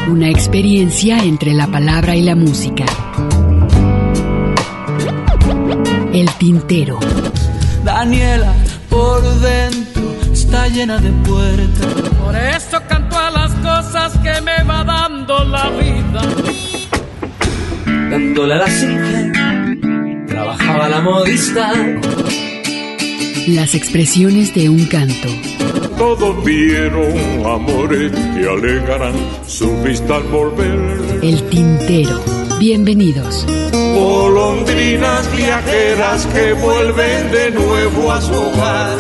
Una experiencia entre la palabra y la música. El Tintero. Daniela, por dentro está llena de puertas. Por eso canto a las cosas que me va dando la vida. Dándole a la simple, trabajaba la modista. Las expresiones de un canto. Todos vieron amores y alegarán su vista al volver. El Tintero. Bienvenidos. Golondrinas viajeras que vuelven de nuevo a su hogar.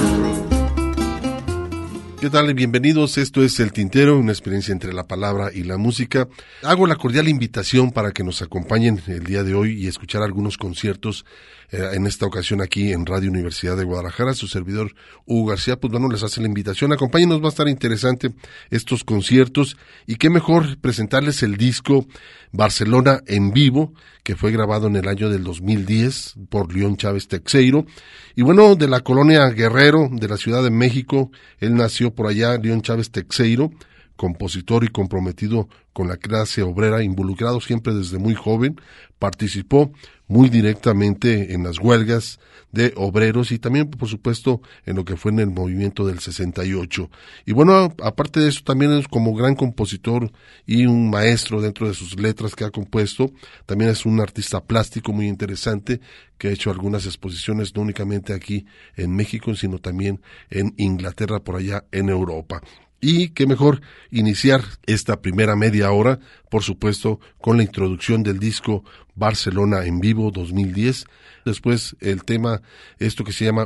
¿Qué tal? Bienvenidos, esto es El Tintero, una experiencia entre la palabra y la música. Hago la cordial invitación para que nos acompañen el día de hoy y escuchar algunos conciertos, en esta ocasión aquí en Radio Universidad de Guadalajara. Su servidor Hugo García, pues bueno, les hace la invitación. Acompáñenos, va a estar interesante estos conciertos y qué mejor presentarles el disco Barcelona en vivo, que fue grabado en el año del 2010 por León Chávez Teixeiro. Y bueno, de la colonia Guerrero, de la Ciudad de México, él nació por allá, León Chávez Teixeiro, compositor y comprometido con la clase obrera, involucrado siempre desde muy joven, participó muy directamente en las huelgas de obreros y también, por supuesto, en lo que fue en el movimiento del 68. Y bueno, aparte de eso, también es como gran compositor y un maestro dentro de sus letras que ha compuesto. También es un artista plástico muy interesante que ha hecho algunas exposiciones no únicamente aquí en México, sino también en Inglaterra, por allá en Europa. Y qué mejor iniciar esta primera media hora, por supuesto, con la introducción del disco Barcelona en vivo 2010. Después el tema, esto que se llama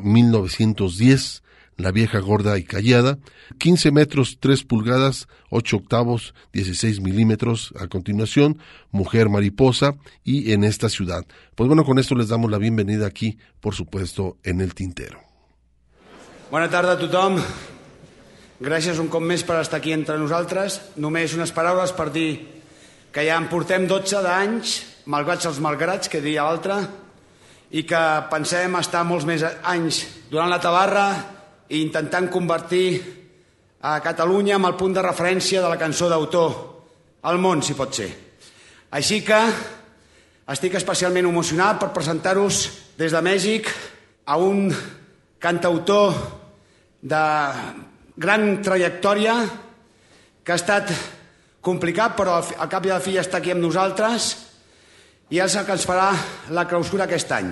1910, La vieja gorda y callada, 15 metros 3 pulgadas, 8 octavos, 16 milímetros. A continuación, Mujer Mariposa y En esta ciudad. Pues bueno, con esto les damos la bienvenida aquí, por supuesto, en El Tintero. Bona tarda a tothom. Gràcies un cop més per estar aquí entre nosaltres. Només unes paraules per dir que ja en portem 12 d'anys, malgrats els malgrats, que deia l'altre, i que pensem estar molts més anys durant la tabarra i intentant convertir a Catalunya en el punt de referència de la cançó d'autor al món, si pot ser. Així que estic especialment emocionat per presentar-vos des de Mèxic a un cantautor de gran trajectòria que ha estat complicat, però al cap i a la fi està aquí amb nosaltres i és el que ens farà la clausura aquest any.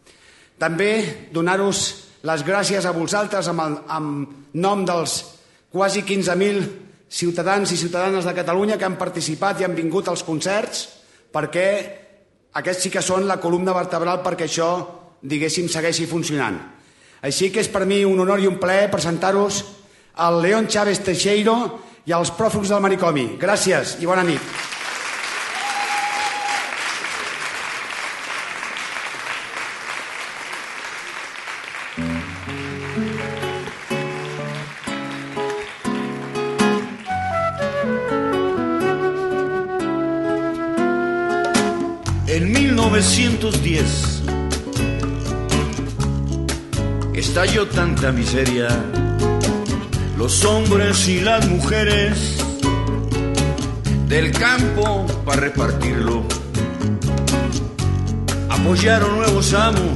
També donar-vos les gràcies a vosaltres en nom dels quasi 15.000 ciutadans i ciutadanes de Catalunya que han participat i han vingut als concerts, perquè aquests sí que són la columna vertebral perquè això, diguéssim, segueixi funcionant. Així que és per mi un honor i un plaer presentar-vos al León Chávez Teixeiro i als pròfugs del manicomi. Gràcies i bona nit. En 1910 estalló tanta miseria. Los hombres y las mujeres del campo para repartirlo apoyaron nuevos amos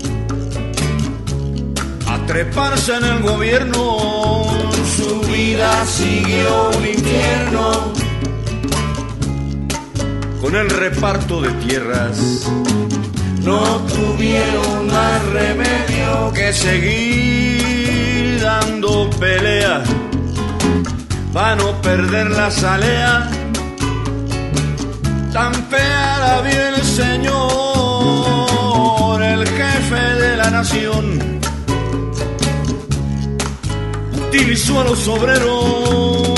a treparse en el gobierno. Su vida siguió un infierno con el reparto de tierras. No tuvieron más remedio que seguir dando pelea para no perder la salea. Tan fea la vio el señor, el jefe de la nación. Utilizó a los obreros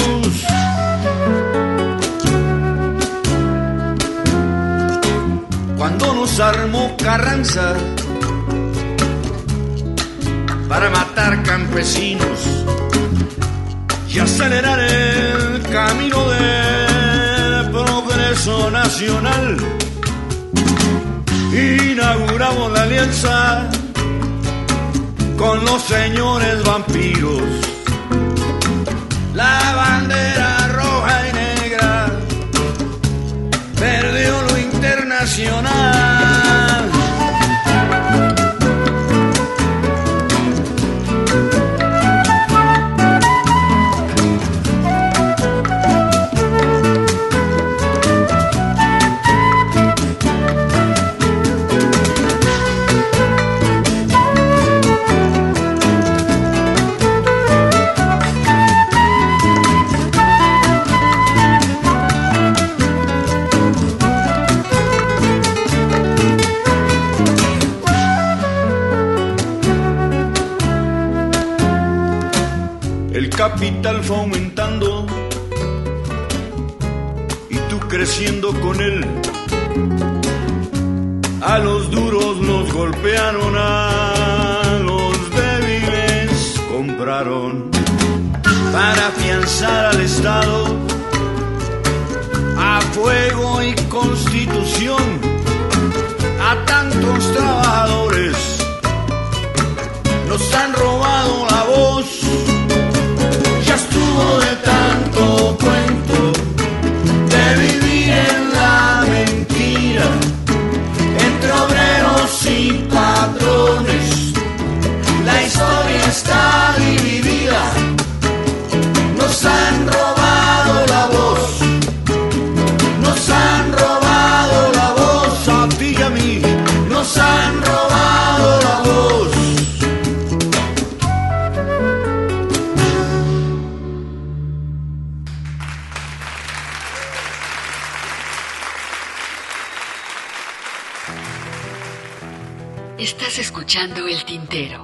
cuando nos armó Carranza para matar campesinos y acelerar el camino de progreso nacional. Inauguramos la alianza con los señores vampiros, la bandera roja y negra el capital fue aumentando y tú creciendo con él. A los duros los golpearon, a los débiles compraron para afianzar al Estado a fuego y constitución a tantos trabajadores. Nos han robado la voz, ya estuvo de tanto cuento, de vivir en la mentira, entre obreros y patrones. La historia está dividida, nos han robado la voz, nos han robado la voz, a ti y a mí, nos han robado la voz. Estás escuchando El Tintero.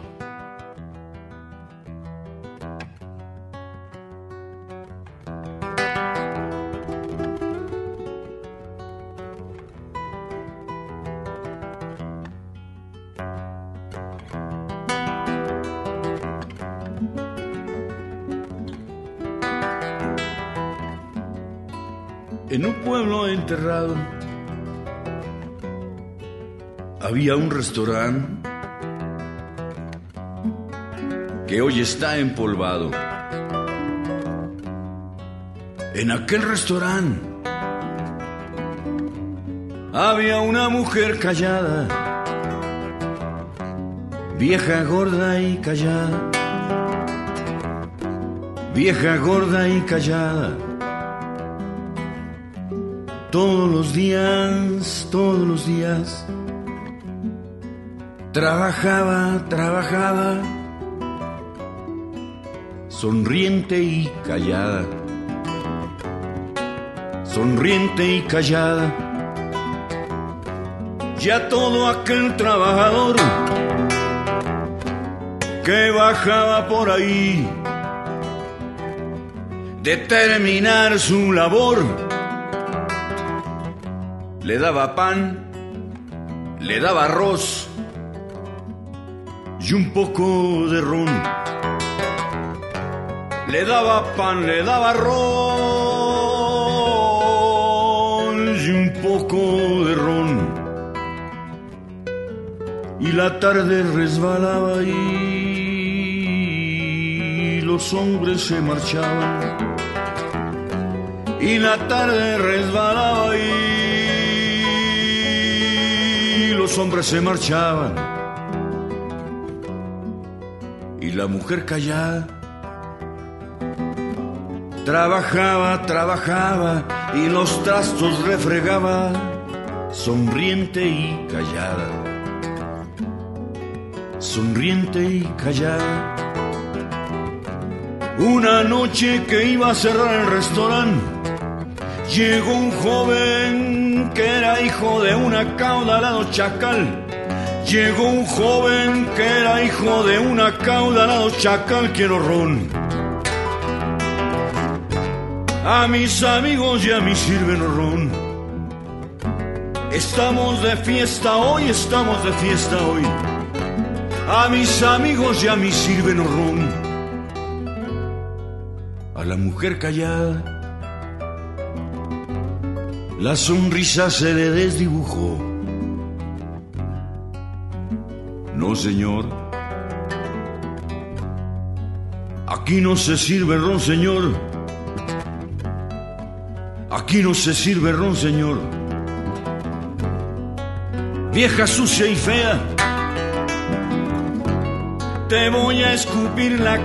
En un pueblo enterrado había un restaurante que hoy está empolvado. En aquel restaurante había una mujer callada, vieja, gorda y callada, vieja, gorda y callada. Todos los días, trabajaba, sonriente y callada, sonriente y callada. Ya todo aquel trabajador que bajaba por ahí de terminar su labor, le daba pan, le daba arroz y un poco de ron. Le daba pan, le daba arroz y un poco de ron. Y la tarde resbalaba y los hombres se marchaban. Y la tarde resbalaba y los hombres se marchaban. Y la mujer callada trabajaba y los trastos refregaba, sonriente y callada, sonriente y callada. Una noche que iba a cerrar el restaurante, llegó un joven que era hijo de un acaudalado chacal. Llegó un joven que era hijo de un acaudalado chacal. Quiero ron. A mis amigos ya me sirven ron. Estamos de fiesta hoy, estamos de fiesta hoy. A mis amigos ya me sirven ron. A la mujer callada la sonrisa se le desdibujó. No, señor, aquí no se sirve ron, señor. Aquí no se sirve ron, señor. Vieja sucia y fea, te voy a escupir la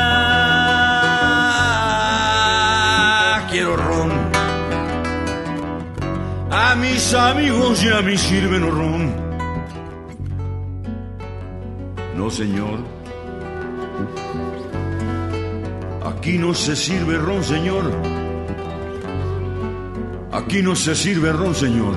cara. Quiero ron. A mis amigos ya me sirven ron. No, señor, aquí no se sirve ron, señor. Aquí no se sirve ron, señor.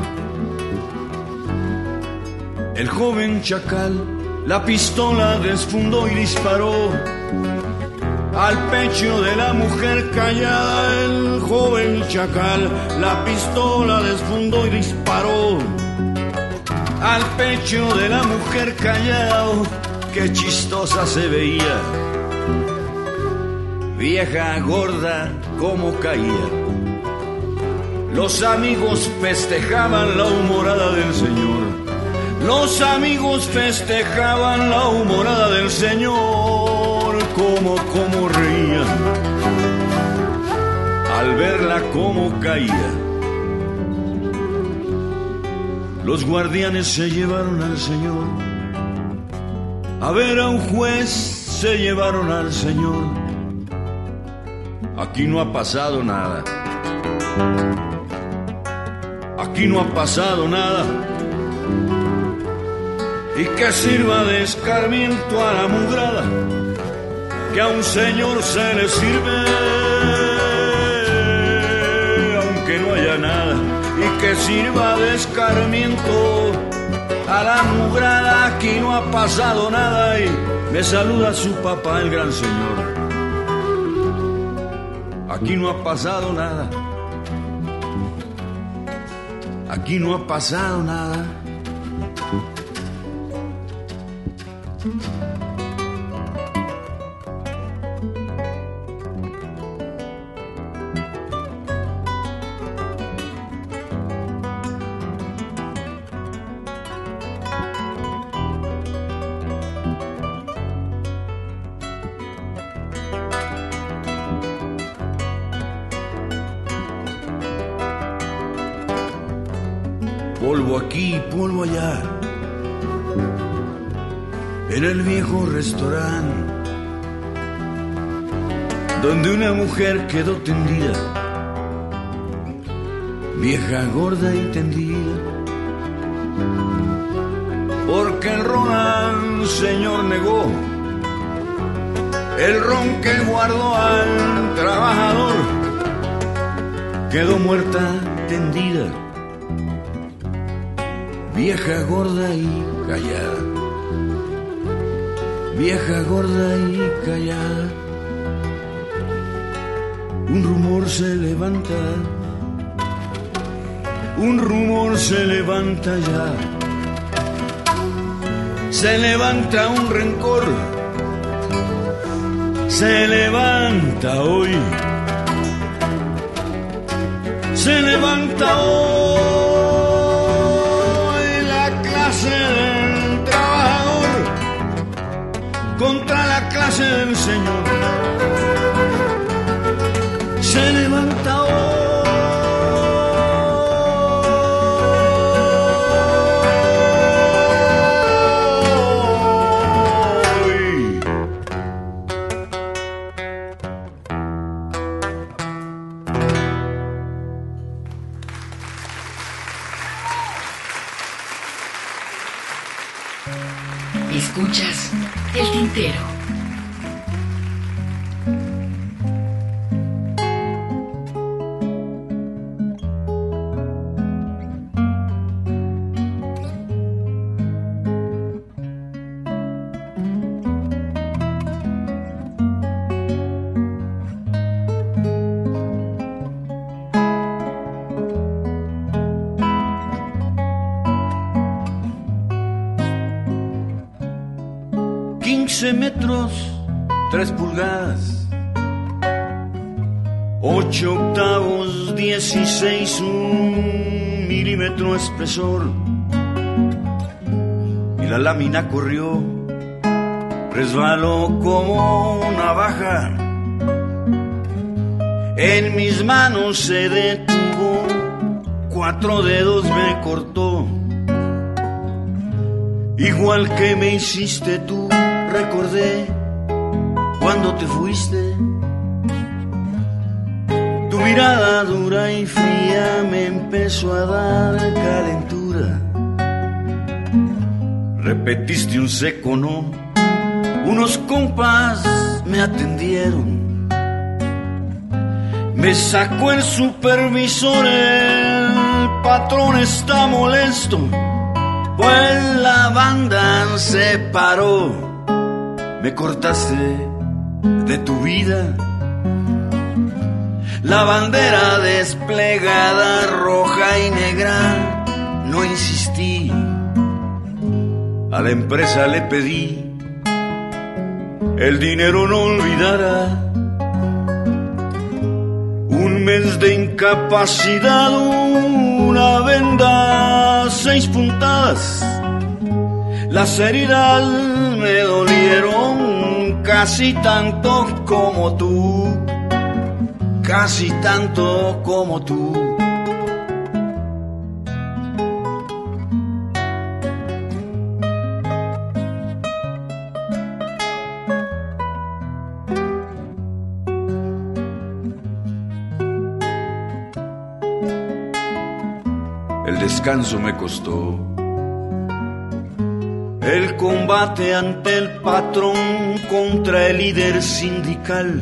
El joven chacal la pistola desfundó y disparó al pecho de la mujer callada, el joven chacal la pistola desfundó y disparó. Al pecho de la mujer callado, qué chistosa se veía, vieja gorda como caía. Los amigos festejaban la humorada del Señor. Los amigos festejaban la humorada del Señor. Como reían al verla como caía. Los guardianes se llevaron al Señor. A ver a un juez se llevaron al Señor. Aquí no ha pasado nada. Aquí no ha pasado nada. Y que sirva de escarmiento a la mugrada, que a un señor se le sirve, aunque no haya nada. Y que sirva de escarmiento a la mugrada, aquí no ha pasado nada. Y me saluda su papá, el gran señor. Aquí no ha pasado nada. Aquí no ha pasado nada. Polvo aquí, polvo allá, en el viejo restaurante, donde una mujer quedó tendida, vieja, gorda y tendida, porque el ron al señor negó, el ron que guardó al trabajador, quedó muerta tendida, vieja, gorda y callada, vieja, gorda y callada. Un rumor se levanta, un rumor se levanta ya, se levanta un rencor, se levanta hoy, se levanta hoy la clase del trabajador contra la clase del Señor. Se levanta hoy. Escuchas El Tintero. Metros, 3 pulgadas, 8 octavos, 16, 1 milímetro espesor. Y la lámina corrió, resbaló como navaja. En mis manos se detuvo, 4 dedos me cortó. Igual que me hiciste tú, recordé cuando te fuiste. Tu mirada dura y fría me empezó a dar calentura. Repetiste un seco no, unos compas me atendieron. Me sacó el supervisor, el patrón está molesto, pues la banda se paró. Me cortaste de tu vida. La bandera desplegada roja y negra, no insistí. A la empresa le pedí el dinero no olvidara. Un mes de incapacidad, una venda, 6 puntadas. Las heridas me dolieron casi tanto como tú, casi tanto como tú. El descanso me costó el combate ante el patrón contra el líder sindical.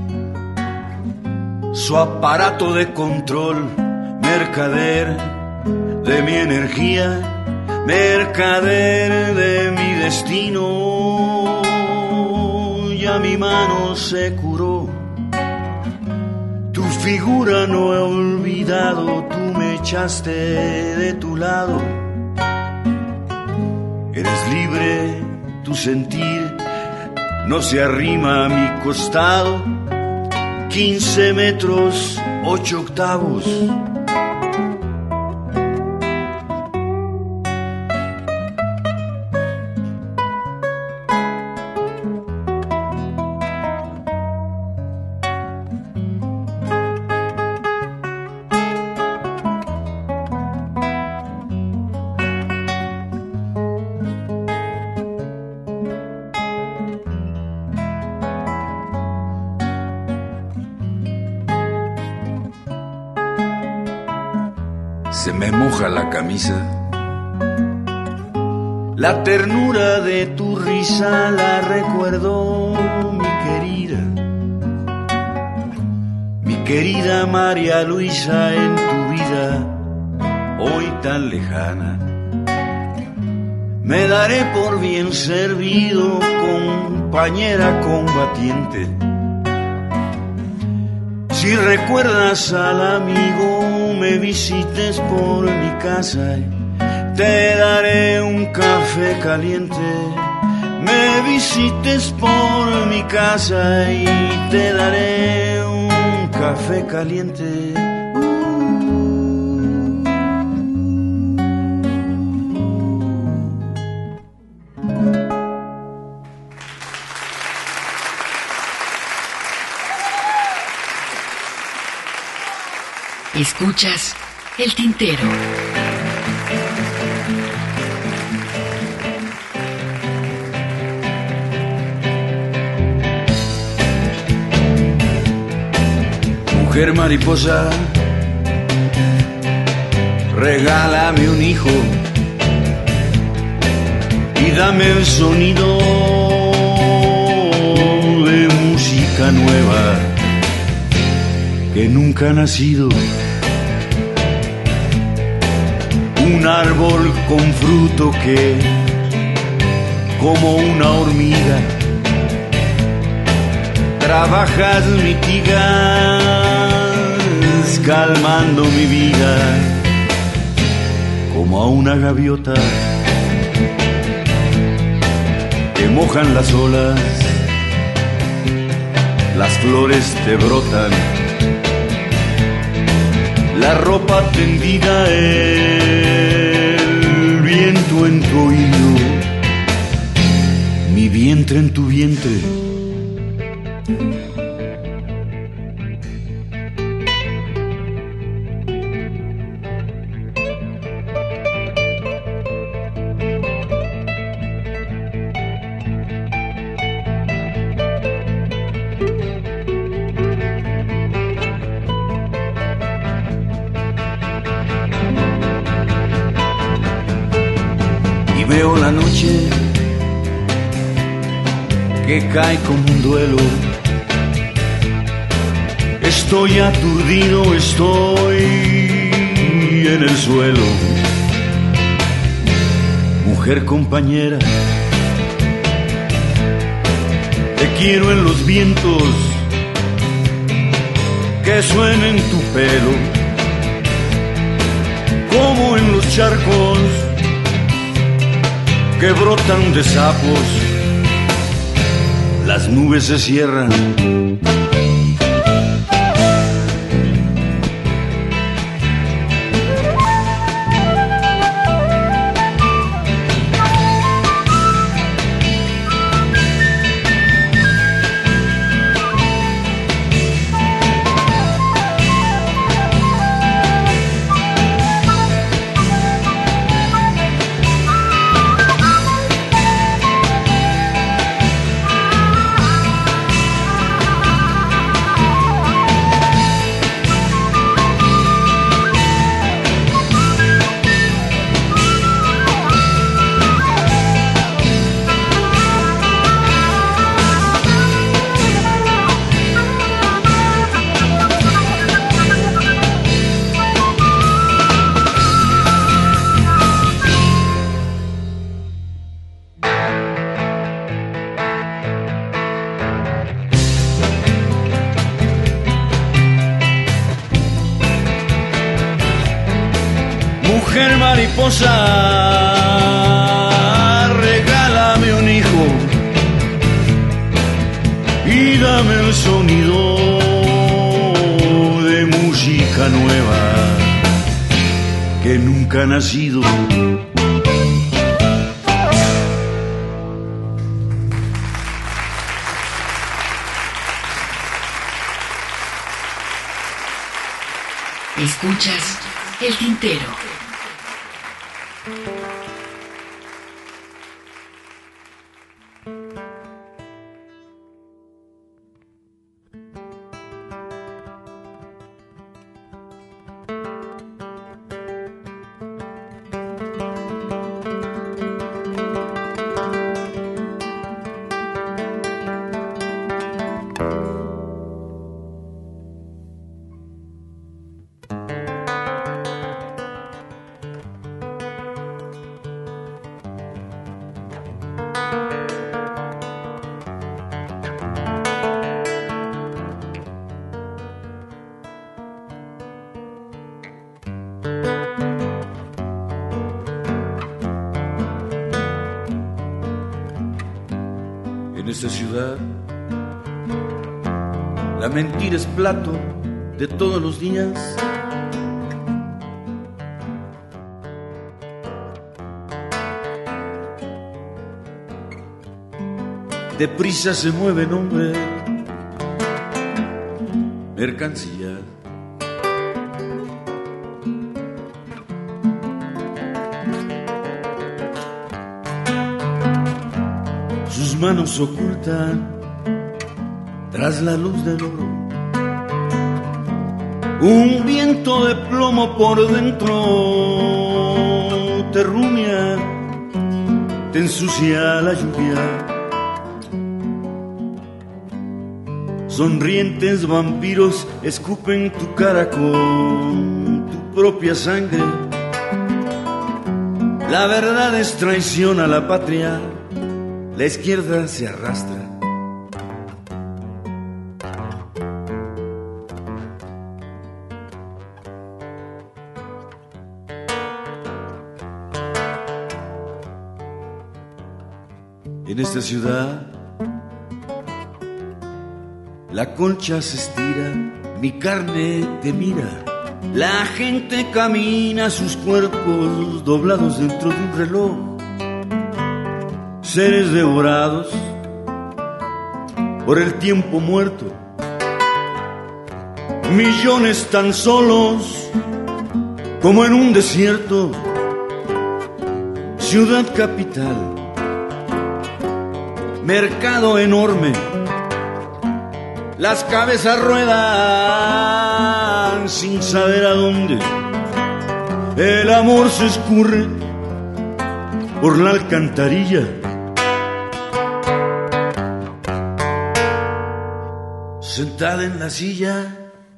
Su aparato de control, mercader de mi energía, mercader de mi destino. Ya mi mano se curó, tu figura no he olvidado, tú me echaste de tu lado. Eres libre, tu sentir no se arrima a mi costado. 15 metros, 8 octavos. Se me moja la camisa. La ternura de tu risa la recuerdo, mi querida María Luisa, en tu vida hoy tan lejana. Me daré por bien servido, compañera combatiente. Si recuerdas al amigo, me visites por mi casa, te daré un café caliente. Me visites por mi casa y te daré un café caliente. Escuchas El Tintero. Mujer mariposa, regálame un hijo y dame el sonido de música nueva que nunca ha nacido. Un árbol con fruto que, como una hormiga, trabajas, mitigas, calmando mi vida, como a una gaviota que mojan las olas, las flores te brotan, la ropa tendida, el viento en tu oído, mi vientre en tu vientre. Veo la noche que cae como un duelo. Estoy aturdido, estoy en el suelo. Mujer compañera, Te quiero en los vientos que suenen tu pelo, como en los charcos que brotan de sapos. Las nubes se cierran. Mujer mariposa, regálame un hijo y dame el sonido de música nueva que nunca ha nacido. Escuchas El Tintero. En esta ciudad, la mentira es plato de todos los días. Deprisa se mueve nombre, mercancía. Sus manos ocultan tras la luz del oro un viento de plomo por dentro. Te rumia, te ensucia la lluvia. Sonrientes vampiros escupen tu cara con tu propia sangre. La verdad es traición a la patria. La izquierda se arrastra. En esta ciudad, la concha se estira, mi carne te mira. La gente camina sus cuerpos doblados dentro de un reloj. Seres devorados por el tiempo muerto. Millones tan solos como en un desierto. Ciudad capital, mercado enorme. Las cabezas ruedan sin saber a dónde. El amor se escurre por la alcantarilla. Sentada en la silla,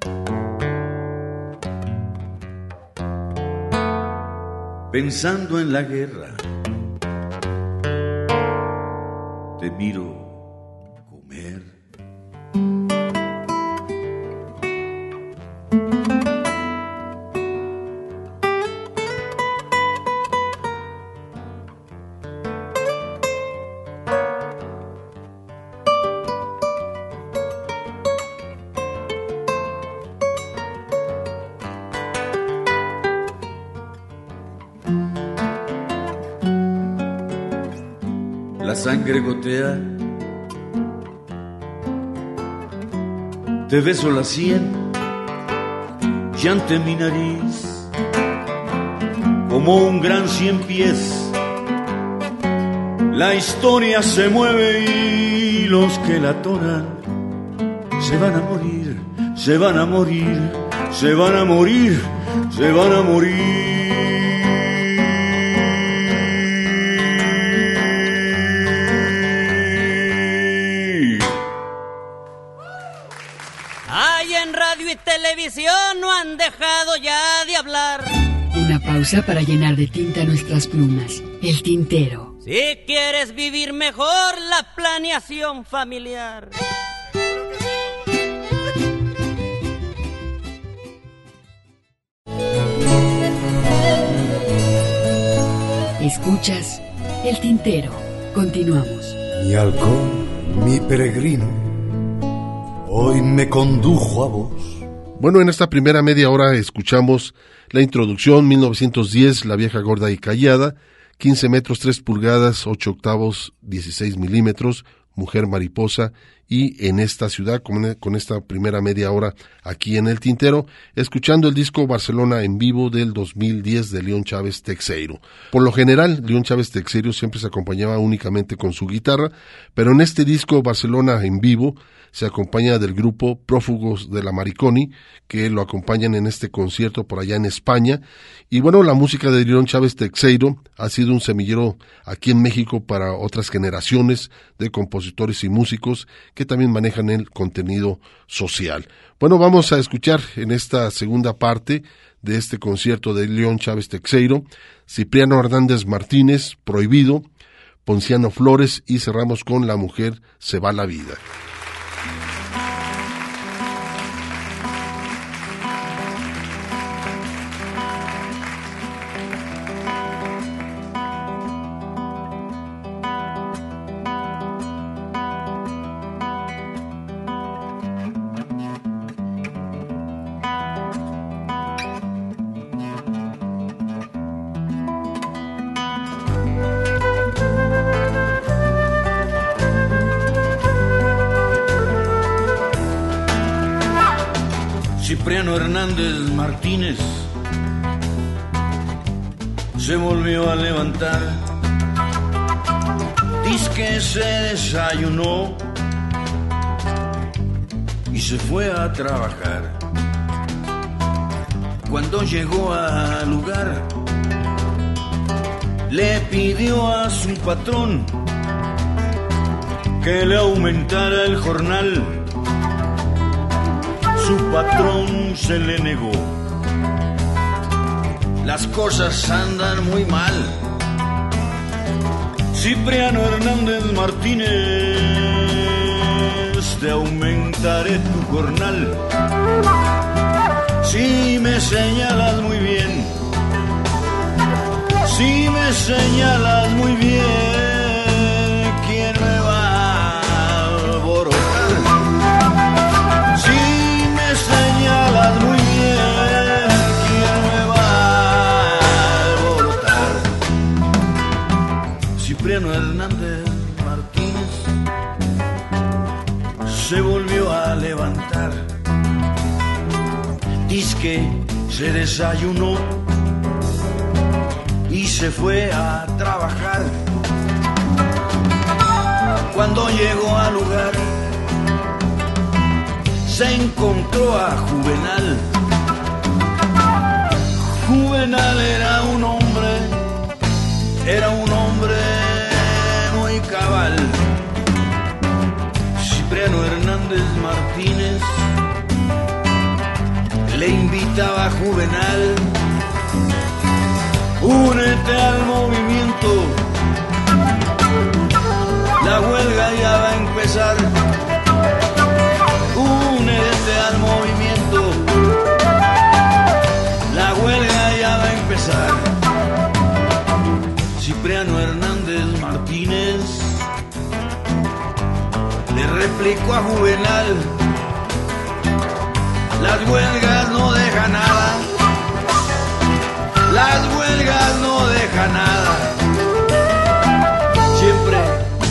pensando en la guerra, te miro comer. la sangre gotea. Te beso la sien y ante mi nariz, como un gran cien pies, la historia se mueve y los que la tonan se van a morir, se van a morir, se van a morir, se van a morir. Ay, en radio y televisión no han dejado ya de hablar. Una pausa para llenar de tinta nuestras plumas. El tintero. Si quieres vivir mejor, la planeación familiar. Escuchas El Tintero. Continuamos. Mi halcón, mi peregrino, hoy me condujo a vos. Bueno, en esta primera media hora escuchamos la introducción, 1910, La vieja gorda y callada, 15 metros 3 pulgadas, 8 octavos, 16 milímetros, Mujer mariposa, y En esta ciudad, con esta primera media hora aquí en El Tintero, escuchando el disco Barcelona en vivo del 2010 de León Chávez Teixeiro. Por lo general, León Chávez Teixeiro siempre se acompañaba únicamente con su guitarra, pero en este disco Barcelona en vivo se acompaña del grupo Prófugos de la Mariconi, que lo acompañan en este concierto por allá en España. Y bueno, la música de León Chávez Teixeiro ha sido un semillero aquí en México para otras generaciones de compositores y músicos que también manejan el contenido social. Bueno, vamos a escuchar en esta segunda parte de este concierto de León Chávez Teixeiro, Cipriano Hernández Martínez, Prohibido, Ponciano Flores, y cerramos con La mujer se va la vida. Cipriano Hernández Martínez se volvió a levantar, dizque se desayunó y se fue a trabajar. Cuando llegó al lugar, le pidió a su patrón que le aumentara el jornal. Su patrón se le negó. Las cosas andan muy mal. Cipriano Hernández Martínez, te aumentaré tu jornal si me señalas muy bien, si me señalas muy bien, ¿quién me va a alborotar? Si me señalas muy bien, ¿quién me va a alborotar? Cipriano Hernández Martínez se volvió a levantar, dizque se desayunó y se fue a trabajar. Cuando llegó al lugar, se encontró a Juvenal. Juvenal era un hombre muy cabal. Cipriano Hernández Martínez le invitaba a Juvenal: únete al movimiento, la huelga ya va a empezar. Únete al movimiento, la huelga ya va a empezar. Cipriano Hernández Martínez le replicó a Juvenal: las huelgas no dejan nada, las huelgas no dejan nada. Siempre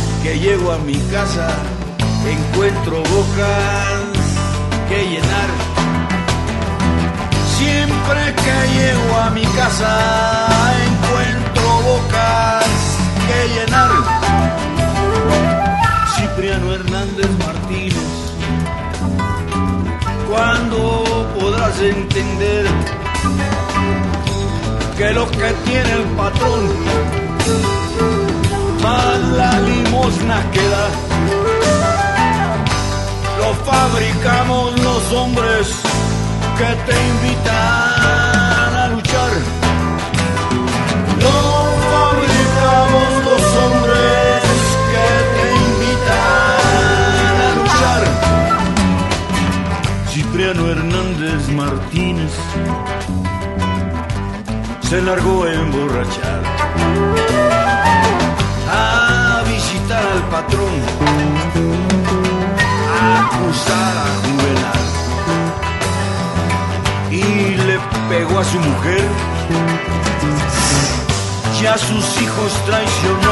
llego a mi casa encuentro bocas que llenar. Siempre que llego a mi casa encuentro bocas que llenar. Cipriano Hernández Martínez, ¿cuándo podrás entender que lo que tiene el patrón más la limosna que da lo fabricamos los hombres que te invitan a luchar? Lo fabricamos los hombres que te invitan a luchar. Cipriano Hernández Martínez se largó a emborrachar, a visitar al patrón, a acusar a Juvenal, y le pegó a su mujer y a sus hijos traicionó,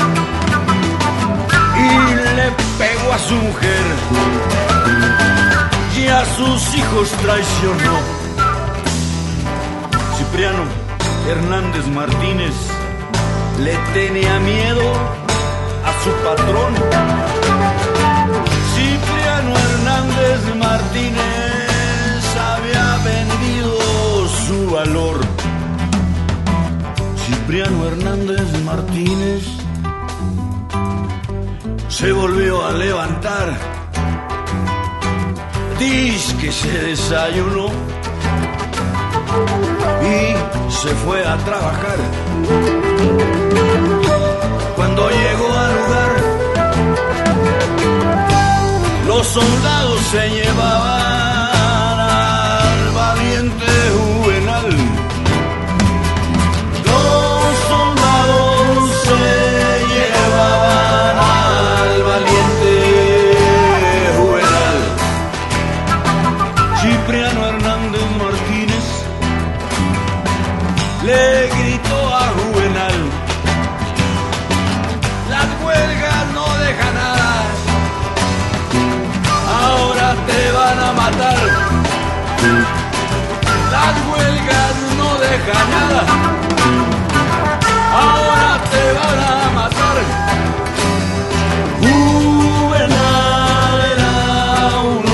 y le pegó a su mujer y a sus hijos traicionó. Cipriano Hernández Martínez le tenía miedo a su patrón. Cipriano Hernández Martínez había vendido su valor. Cipriano Hernández Martínez se volvió a levantar, dice que se desayunó y se fue a trabajar. Cuando llegó al lugar, los soldados se llevaban al valiente Juvenal. Los soldados se llevaban al valiente Juvenal. Cipriano Hernández Martínez le gritó a Juvenal: las huelgas no dejan nada, ahora te van a matar. Las huelgas no dejan nada, ahora te van a matar. Juvenal era un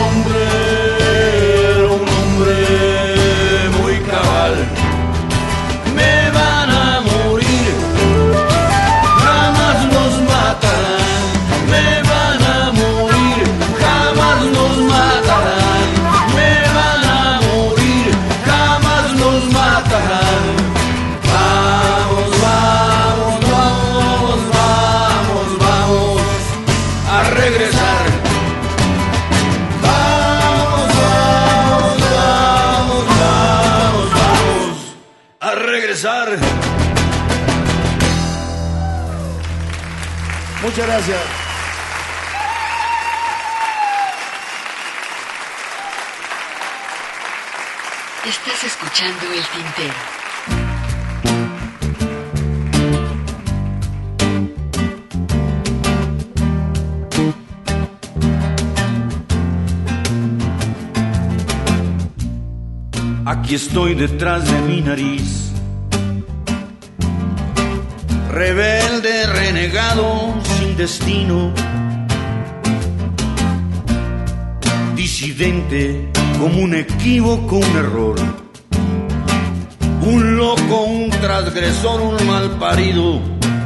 hombre muy cabal. Me van a morir, jamás los matarán. Me van a morir, jamás los matarán. Me van a morir, jamás los matarán. Vamos, vamos, vamos, vamos, vamos a regresar. Vamos, vamos, vamos, vamos, vamos a regresar. Muchas gracias. Estás escuchando El Tintero. Aquí estoy detrás de mi nariz, rebelde, renegado, sin destino, disidente como un equívoco, un error, un loco, un transgresor, un malparido,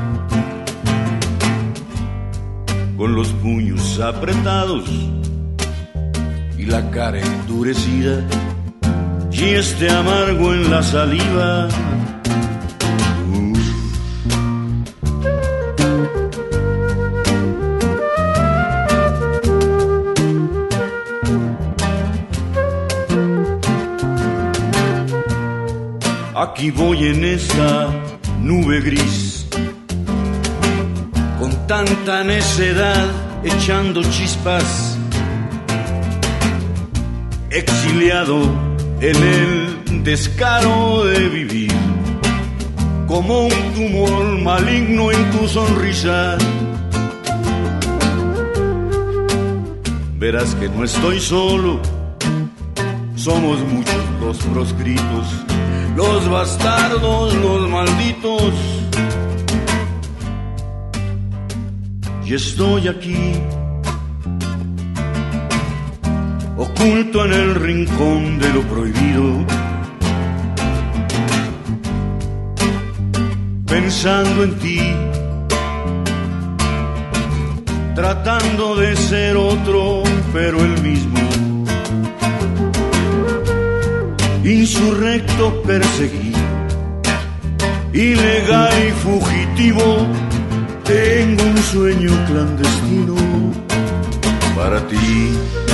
con los puños apretados y la cara endurecida y este amargo en la saliva. Aquí voy en esta nube gris, con tanta necedad echando chispas, exiliado en el descaro de vivir, como un tumor maligno en tu sonrisa. verás que no estoy solo. Somos muchos los proscritos, los bastardos, los malditos. Y estoy aquí, oculto en el rincón de lo prohibido, pensando en ti, tratando de ser otro, pero el mismo. Insurrecto, perseguido, ilegal y fugitivo, tengo un sueño clandestino para ti.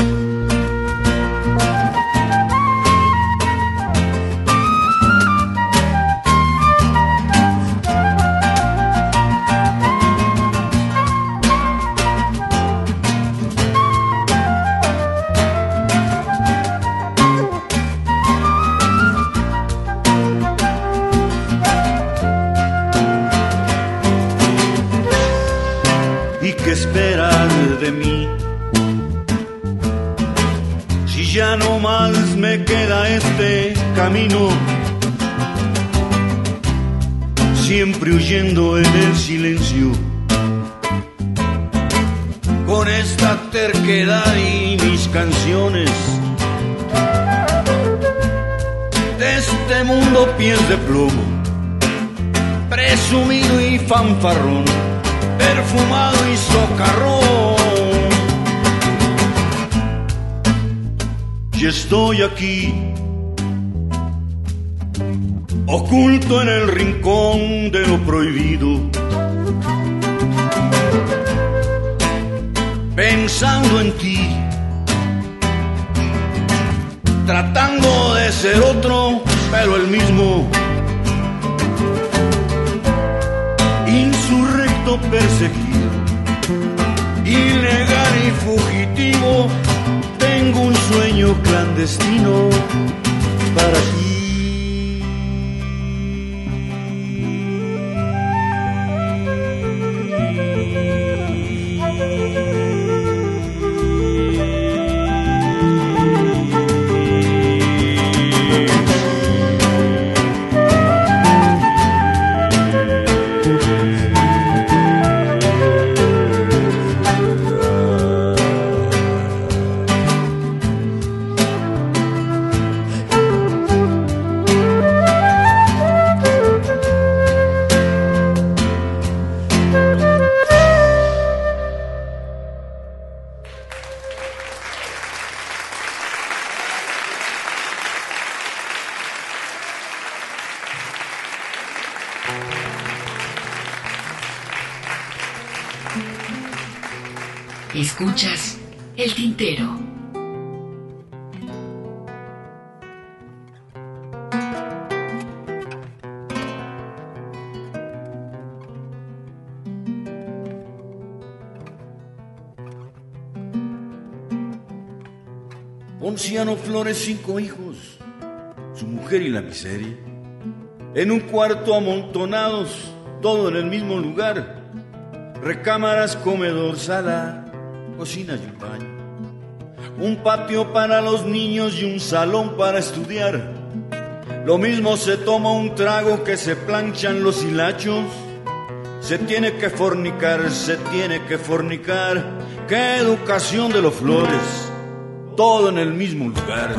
De mí, si ya no más me queda este camino, siempre huyendo en el silencio, con esta terquedad y mis canciones, de este mundo pies de plomo, presumido y fanfarrón, perfumado y socarrón. Y estoy aquí, oculto en el rincón de lo prohibido, pensando en ti, tratando de ser otro, pero el mismo. Insurrecto, perseguido, ilegal y fugitivo, tengo un sueño clandestino para ti. Escuchas El Tintero. Ponciano Flores, 5 hijos, su mujer y la miseria, en un cuarto amontonados, todo en el mismo lugar, recámaras, comedor, sala, cocina y un baño, un patio para los niños y un salón para estudiar. Lo mismo se toma un trago que se planchan los hilachos. Se tiene que fornicar, se tiene que fornicar. ¡Qué educación de los Flores! Todo en el mismo lugar.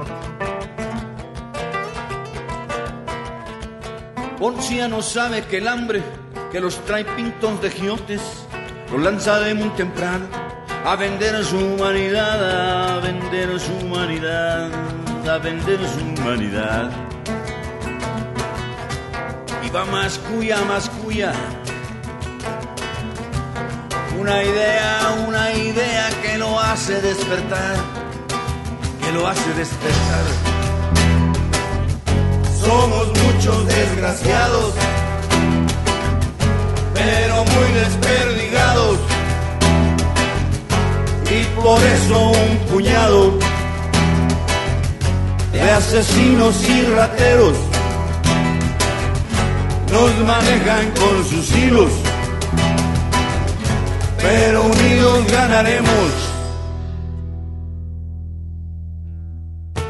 Ponciano sabe que el hambre que los trae pintos de giotes los lanza de muy temprano a vender su humanidad, a vender su humanidad, a vender su humanidad. Y va más cuya, una idea que lo hace despertar, que lo hace despertar. Somos muchos desgraciados, pero muy desperdigados, y por eso un puñado de asesinos y rateros nos manejan con sus hilos, pero unidos ganaremos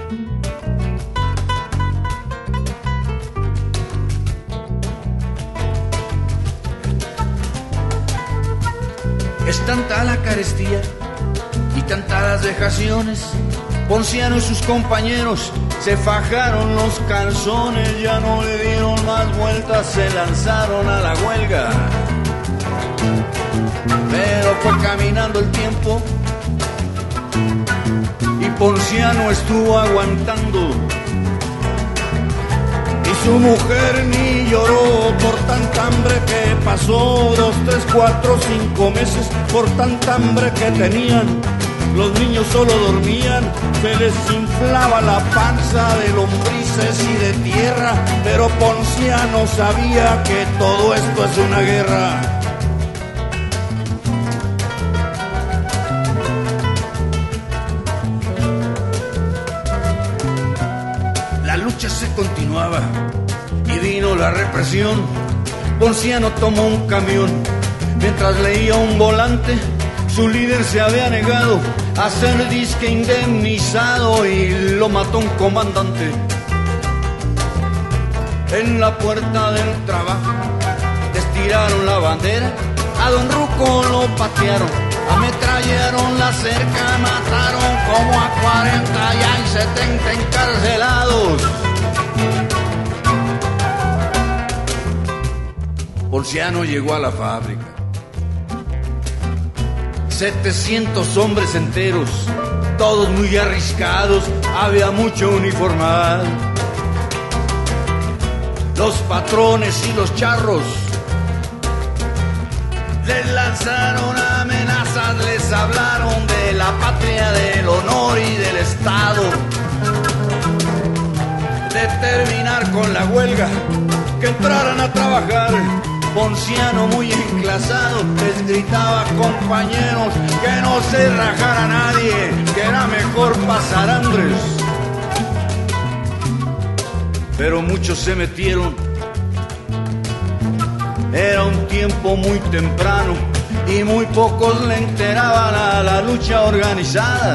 Es tanta la carestía y tantas las vejaciones. Ponciano y sus compañeros se fajaron los calzones, ya no le dieron más vueltas, se lanzaron a la huelga. Pero fue caminando el tiempo y Ponciano estuvo aguantando. Y su mujer ni lloró por tanta hambre que pasó, 2, 3, 4, 5 meses por tanta hambre que tenían. Los niños solo dormían, se les inflaba la panza de lombrices y de tierra, pero Ponciano sabía que todo esto es una guerra. La lucha se continuaba y vino la represión. Ponciano tomó un camión mientras leía un volante. Su líder se había negado a ser disque indemnizado y lo mató un comandante. En la puerta del trabajo estiraron la bandera, a don Ruco lo patearon, ametrallaron la cerca, mataron como a 40 y hay 70 encarcelados. Ponciano llegó a la fábrica. 700 hombres enteros, todos muy arriscados, había mucho uniformado. Los patrones y los charros les lanzaron amenazas, les hablaron de la patria, del honor y del Estado, de terminar con la huelga, que entraran a trabajar. Ponciano, muy enclasado, les gritaba: compañeros, que no se rajara nadie, que era mejor pasar hambres. Pero muchos se metieron, era un tiempo muy temprano y muy pocos le enteraban a la lucha organizada.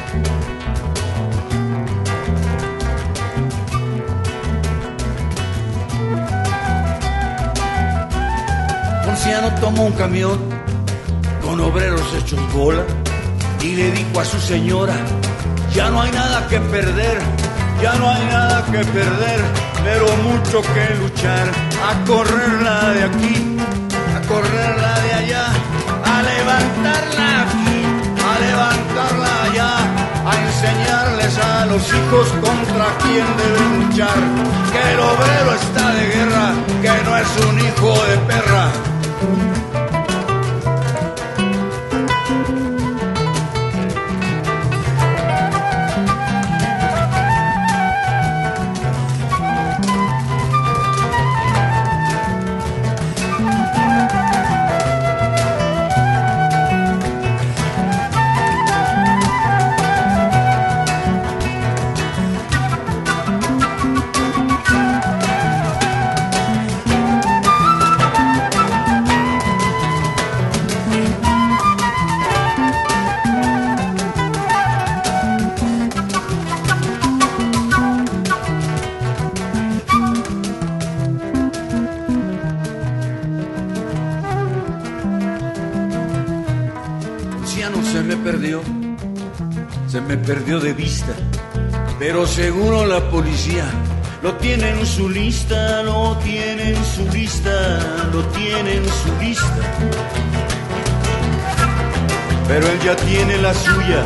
Ponciano tomó un camión con obreros hechos bola y le dijo a su señora: ya no hay nada que perder, ya no hay nada que perder, pero mucho que luchar, a correrla de aquí, a correrla de allá, a levantarla aquí, a levantarla allá, a enseñarles a los hijos contra quién deben luchar, que el obrero está de guerra, que no es un hijo de perra. Se me perdió de vista, pero seguro la policía lo tiene en su lista, lo tiene en su lista, lo tiene en su lista. Pero él ya tiene la suya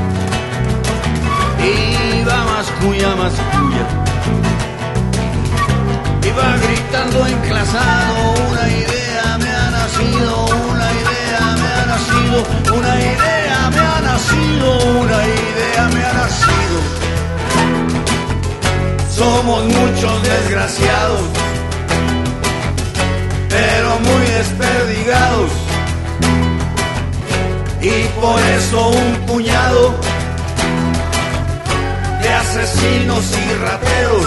y va más cuya, más cuya. Y va gritando enclasado: una idea me ha nacido, una idea me ha nacido, una idea me ha nacido, una idea me ha nacido. Somos muchos desgraciados, pero muy desperdigados, y por eso un puñado de asesinos y rateros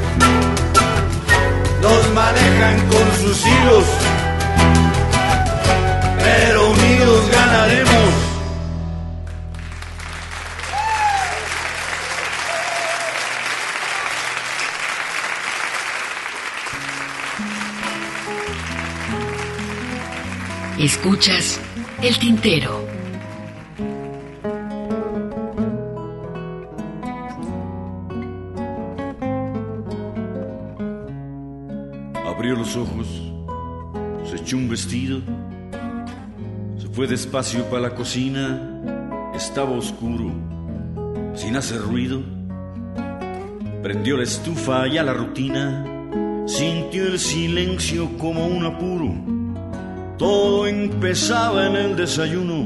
nos manejan con sus hilos, pero unidos ganaremos. Escuchas El Tintero. Abrió los ojos, se echó un vestido, se fue despacio para la cocina. Estaba oscuro, sin hacer ruido. Prendió la estufa y a la rutina. Sintió el silencio como un apuro. Todo empezaba en el desayuno.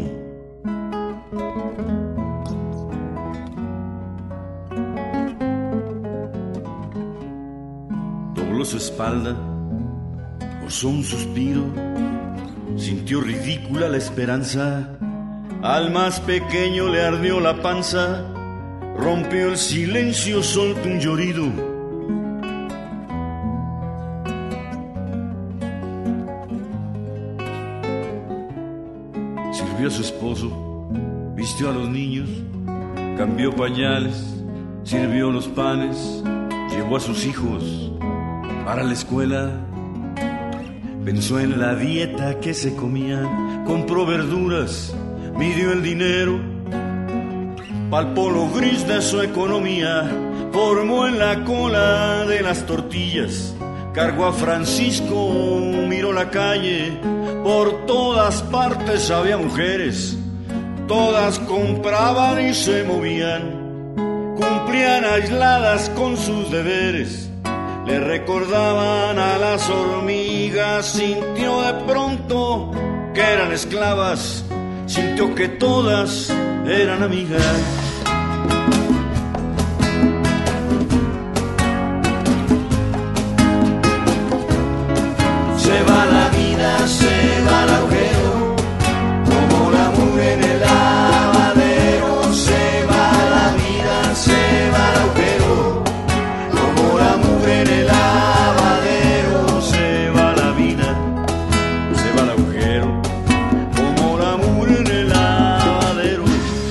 Dobló su espalda, forzó un suspiro. Sintió ridícula la esperanza. Al más pequeño le ardió la panza. Rompió el silencio, soltó un llorido. Sirvió a su esposo, vistió a los niños, cambió pañales, sirvió los panes, llevó a sus hijos para la escuela. Pensó en la dieta que se comía, compró verduras, midió el dinero, palpó lo gris de su economía, formó en la cola de las tortillas, cargó a Francisco, miró la calle, por todas partes había mujeres, todas compraban y se movían, cumplían aisladas con sus deberes, le recordaban a las hormigas, sintió de pronto que eran esclavas, sintió que todas eran amigas. Se va la vida, se va el agujero, como la mugre en el lavadero. Se va la vida, se va el agujero, como la mugre en el lavadero. Se va la vida, se va el agujero, como la mugre en el lavadero.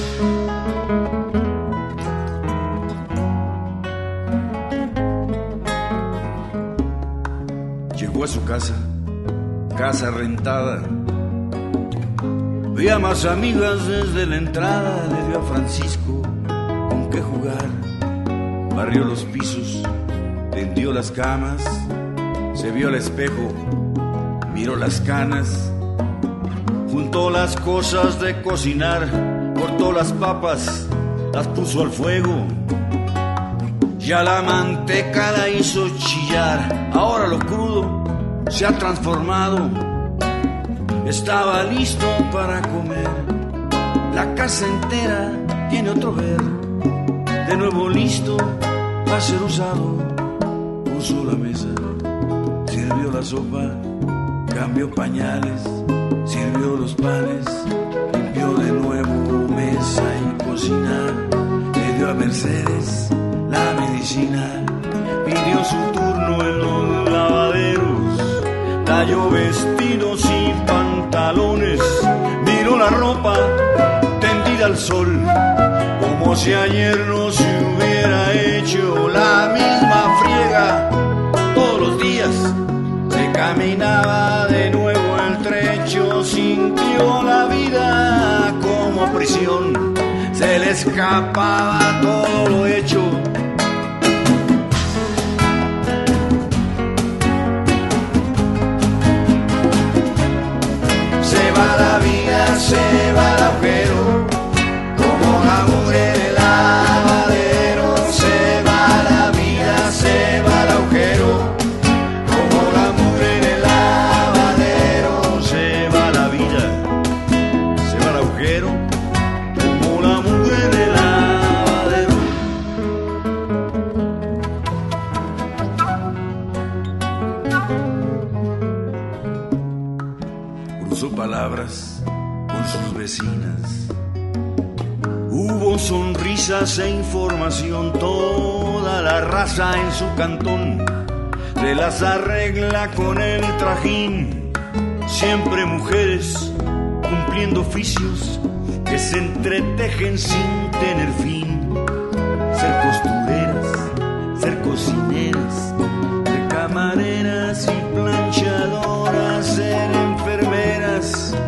Llegó a su casa rentada. Veía más amigas desde la entrada. Le dio a Francisco con qué jugar. Barrió los pisos, tendió las camas. Se vio al espejo, miró las canas. Juntó las cosas de cocinar. Cortó las papas, las puso al fuego. Ya la manteca la hizo chillar. Ahora lo crudo se ha transformado. Estaba listo para comer. La casa entera tiene otro ver. De nuevo listo a ser usado. Puso la mesa, sirvió la sopa, cambió pañales, sirvió los panes, limpió de nuevo mesa y cocina. Le dio a Mercedes la medicina, pidió su turno en los lavaderos. Talló vestidos y pantalones, miró la ropa tendida al sol, como si ayer no se hubiera hecho la misma friega. Todos los días se caminaba de nuevo el trecho, sintió la vida como prisión, se le escapaba todo lo hecho. Se va el agujero, como la mugre en el lavadero. Se va la vida, se va el agujero, como la mugre en el lavadero. Se va la vida, se va el agujero, como la mugre en el lavadero. Cruzó palabras con sus vecinas. Hubo sonrisas e información. Toda la raza en su cantón se las arregla con el trajín. Siempre mujeres cumpliendo oficios que se entretejen sin tener fin. Ser costureras, ser cocineras, ser camareras y planchadoras, ser enfermeras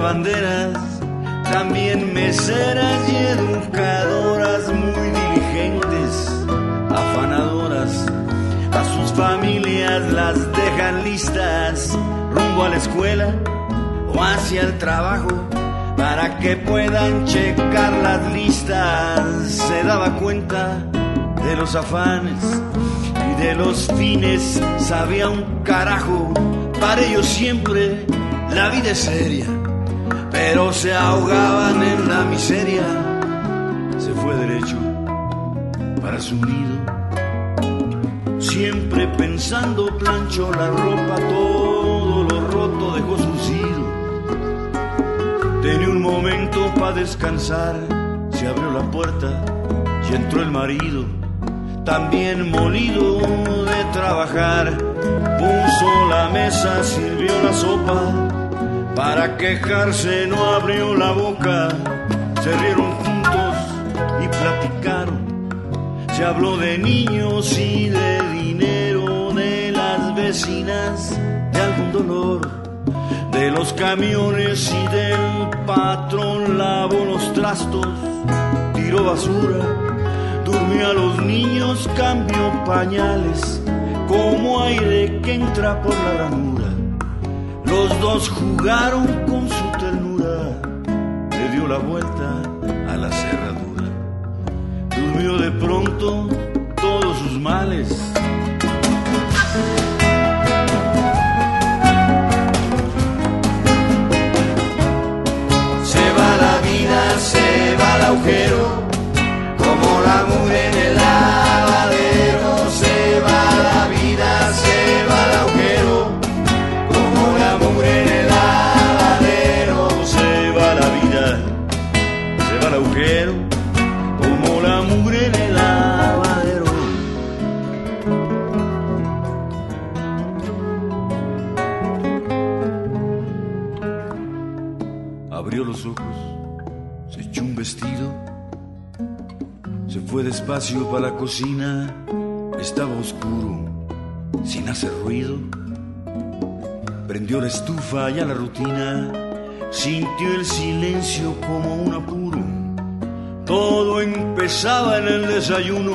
lavanderas, también meseras y educadoras muy diligentes, afanadoras. A sus familias las dejan listas rumbo a la escuela o hacia el trabajo para que puedan checar las listas. Se daba cuenta de los afanes y de los fines, sabía un carajo. Para ellos siempre la vida es seria, pero se ahogaban en la miseria. Se fue derecho para su nido, siempre pensando planchó la ropa, todo lo roto dejó surcido. Tenía un momento para descansar, se abrió la puerta y entró el marido, también molido de trabajar. Puso la mesa, sirvió la sopa, para quejarse no abrió la boca. Se rieron juntos y platicaron, se habló de niños y de dinero, de las vecinas, de algún dolor, de los camiones y del patrón. Lavó los trastos, tiró basura, durmió a los niños, cambió pañales, como aire que entra por la ranura. Los dos jugaron con su ternura, le dio la vuelta a la cerradura. Durmió de pronto todos sus males. Se va la vida, se va el agujero, como la mugre en el lavadero. Se va la vida, se va el agujero, como la mugre en el lavadero. Se va la vida, se va el agujero, como la mugre en el lavadero. Abrió los ojos, se echó un vestido, se fue despacio para la cocina. Estaba oscuro, sin hacer ruido. Prendió la estufa y a la rutina, sintió el silencio como un apuro. Todo empezaba en el desayuno.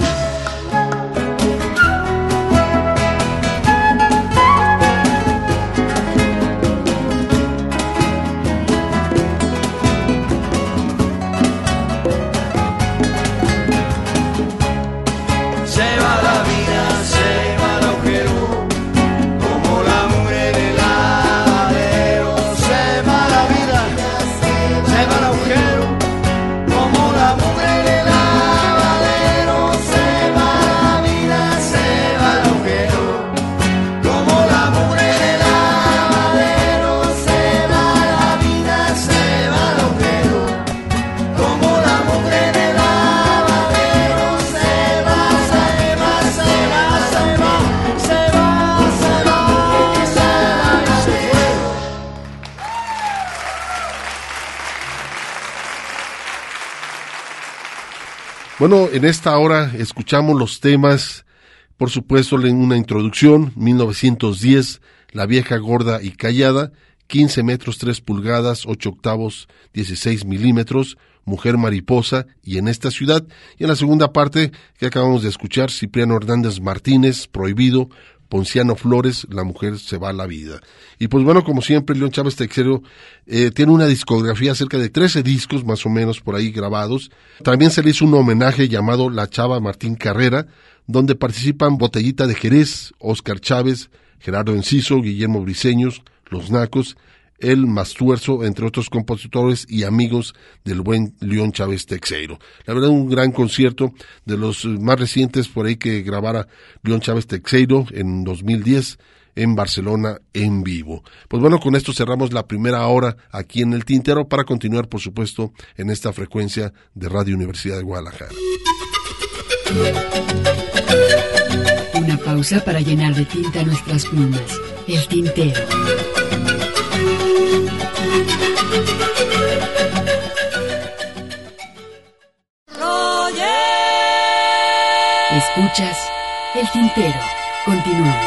Bueno, en esta hora escuchamos los temas, por supuesto, en una introducción, 1910, La vieja gorda y callada, 15 metros 3 pulgadas, 8 octavos, 16 milímetros, Mujer mariposa y En esta ciudad. Y en la segunda parte que acabamos de escuchar, Cipriano Hernández Martínez, Prohibido, Ponciano Flores, La mujer se va a la vida. Y pues bueno, como siempre, León Chávez Texeiro tiene una discografía, cerca de 13 discos más o menos por ahí grabados. También se le hizo un homenaje llamado La Chava Martín Carrera, donde participan Botellita de Jerez, Óscar Chávez, Gerardo Enciso, Guillermo Briceños, Los Nacos, El Mastuerzo, entre otros compositores y amigos del buen León Chávez Texeiro. La verdad, un gran concierto, de los más recientes por ahí que grabara León Chávez Texeiro en 2010 en Barcelona en vivo. Pues bueno, con esto cerramos la primera hora aquí en El Tintero, para continuar, por supuesto, en esta frecuencia de Radio Universidad de Guadalajara. Una pausa para llenar de tinta nuestras plumas. El Tintero. Escuchas El Tintero. Continuamos.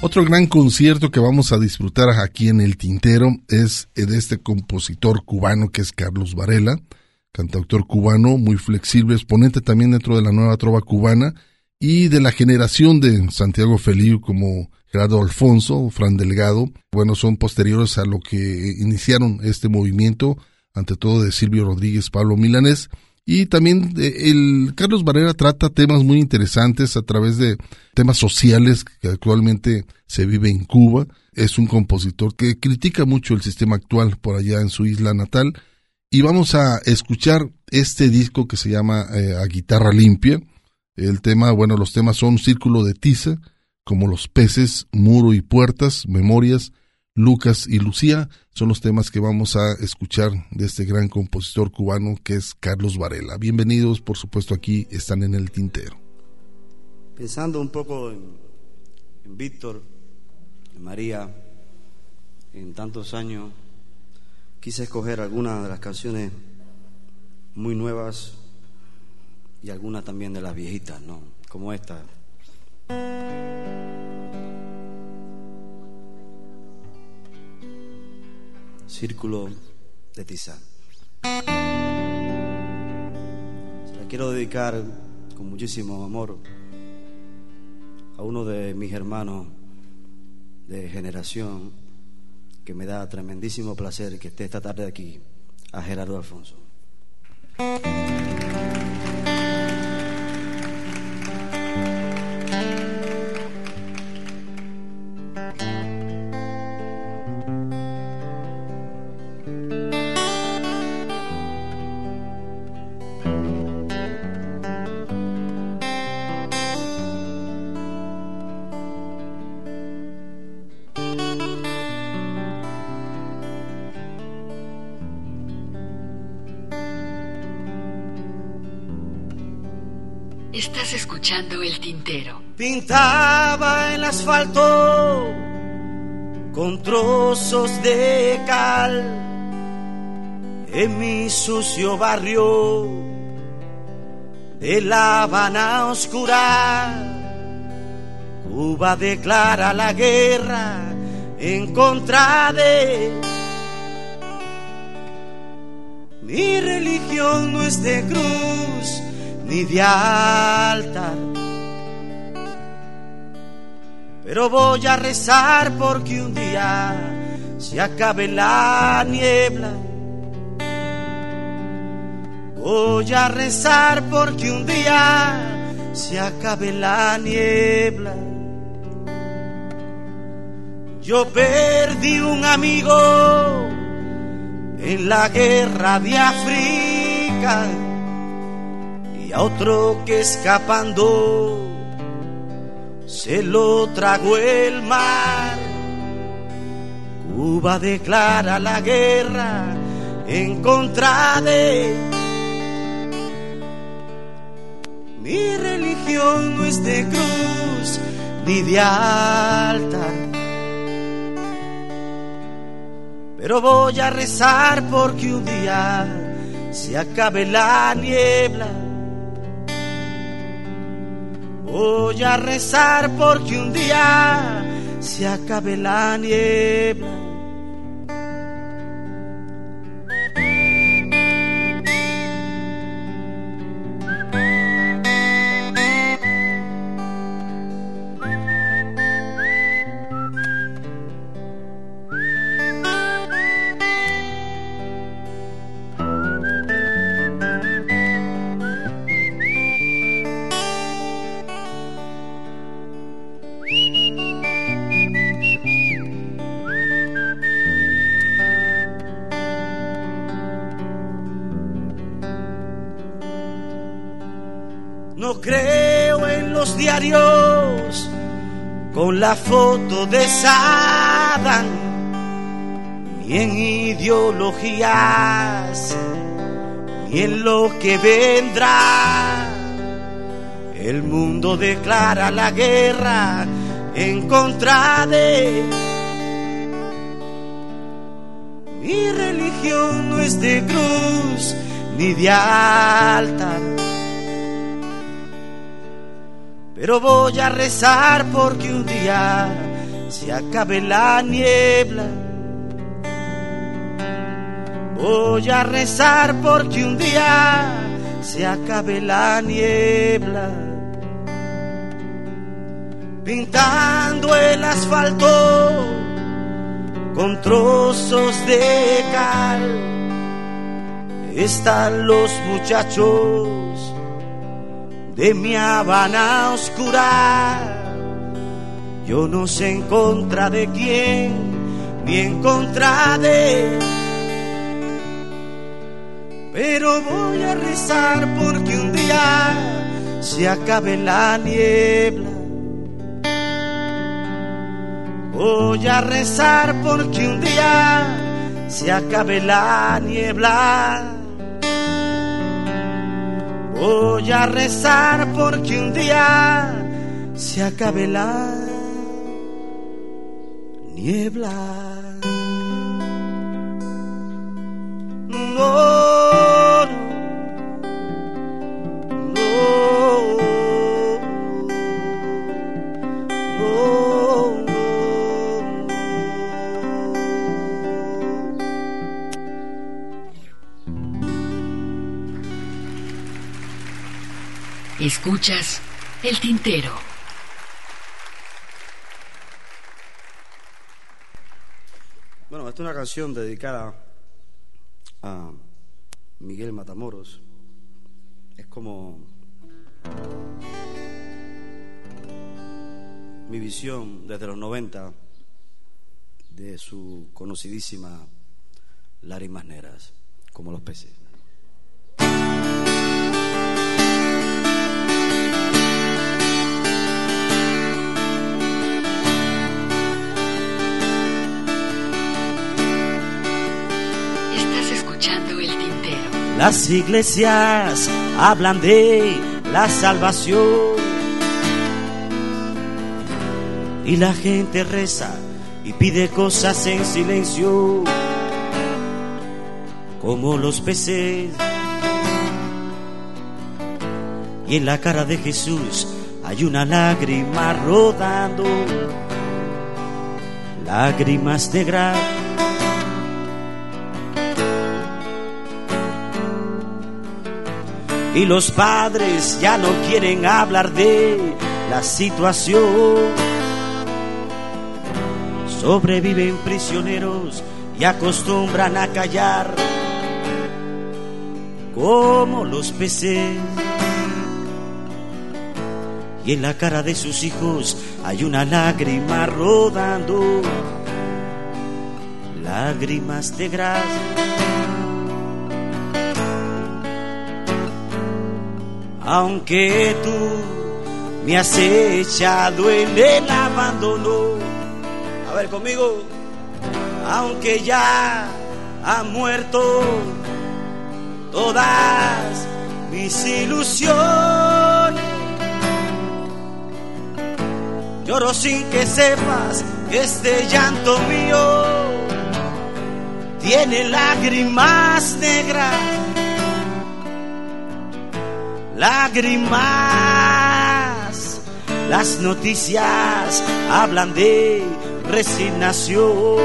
Otro gran concierto que vamos a disfrutar aquí en el Tintero es de este compositor cubano que es Carlos Varela, cantautor cubano muy flexible, exponente también dentro de la nueva trova cubana y de la generación de Santiago Feliu como Gerardo Alfonso, Fran Delgado. Bueno, son posteriores a lo que iniciaron este movimiento, ante todo de Silvio Rodríguez, Pablo Milanés. Y también el Carlos Varela trata temas muy interesantes a través de temas sociales que actualmente se vive en Cuba. Es un compositor que critica mucho el sistema actual por allá en su isla natal. Y vamos a escuchar este disco que se llama A Guitarra Limpia. El tema, bueno, los temas son Círculo de Tiza, Como los Peces, Muro y Puertas, Memorias, Lucas y Lucía, son los temas que vamos a escuchar de este gran compositor cubano que es Carlos Varela. Bienvenidos, por supuesto, aquí están en el Tintero. Pensando un poco en Víctor, en María, en tantos años, quise escoger algunas de las canciones muy nuevas y algunas también de las viejitas, ¿no? Como esta. Círculo de Tiza. Se la quiero dedicar con muchísimo amor a uno de mis hermanos de generación que me da tremendísimo placer que esté esta tarde aquí, a Gerardo Alfonso. Estás escuchando El Tintero. Pintaba el asfalto con trozos de cal en mi sucio barrio de La Habana oscura. Cuba declara la guerra en contra de mi religión, no es de cruz ni de altar, pero voy a rezar porque un día se acabe la niebla. Voy a rezar porque un día se acabe la niebla. Yo perdí un amigo en la guerra de África, a otro que escapando se lo tragó el mar. Cuba declara la guerra en contra de mi religión, no es de cruz ni de altar, pero voy a rezar porque un día se acabe la niebla. Voy a rezar porque un día se acabe la niebla. No creo en los diarios con la foto de Saddam, ni en ideologías, ni en lo que vendrá. El mundo declara la guerra en contra de mi religión, no es de cruz ni de altar, pero voy a rezar porque un día se acabe la niebla. Voy a rezar porque un día se acabe la niebla. Pintando el asfalto con trozos de cal, están los muchachos de mi Habana oscura. Yo no sé en contra de quién ni en contra de, pero voy a rezar porque un día se acabe la niebla. Voy a rezar porque un día se acabe la niebla. Voy a rezar porque un día se acabe la niebla. No, no, no. Escuchas El Tintero. Bueno, esta es una canción dedicada a Miguel Matamoros. Es como mi visión desde los 90 de su conocidísima Lágrimas Negras, como los peces. Las iglesias hablan de la salvación y la gente reza y pide cosas en silencio, como los peces. Y en la cara de Jesús hay una lágrima rodando, lágrimas negras. Y los padres ya no quieren hablar de la situación. Sobreviven prisioneros y acostumbran a callar, como los peces. Y en la cara de sus hijos hay una lágrima rodando, lágrimas negras. Aunque tú me has echado en el abandono, a ver conmigo, aunque ya han muerto todas mis ilusiones, lloro sin que sepas que este llanto mío tiene lágrimas negras. Lágrimas, las noticias hablan de resignación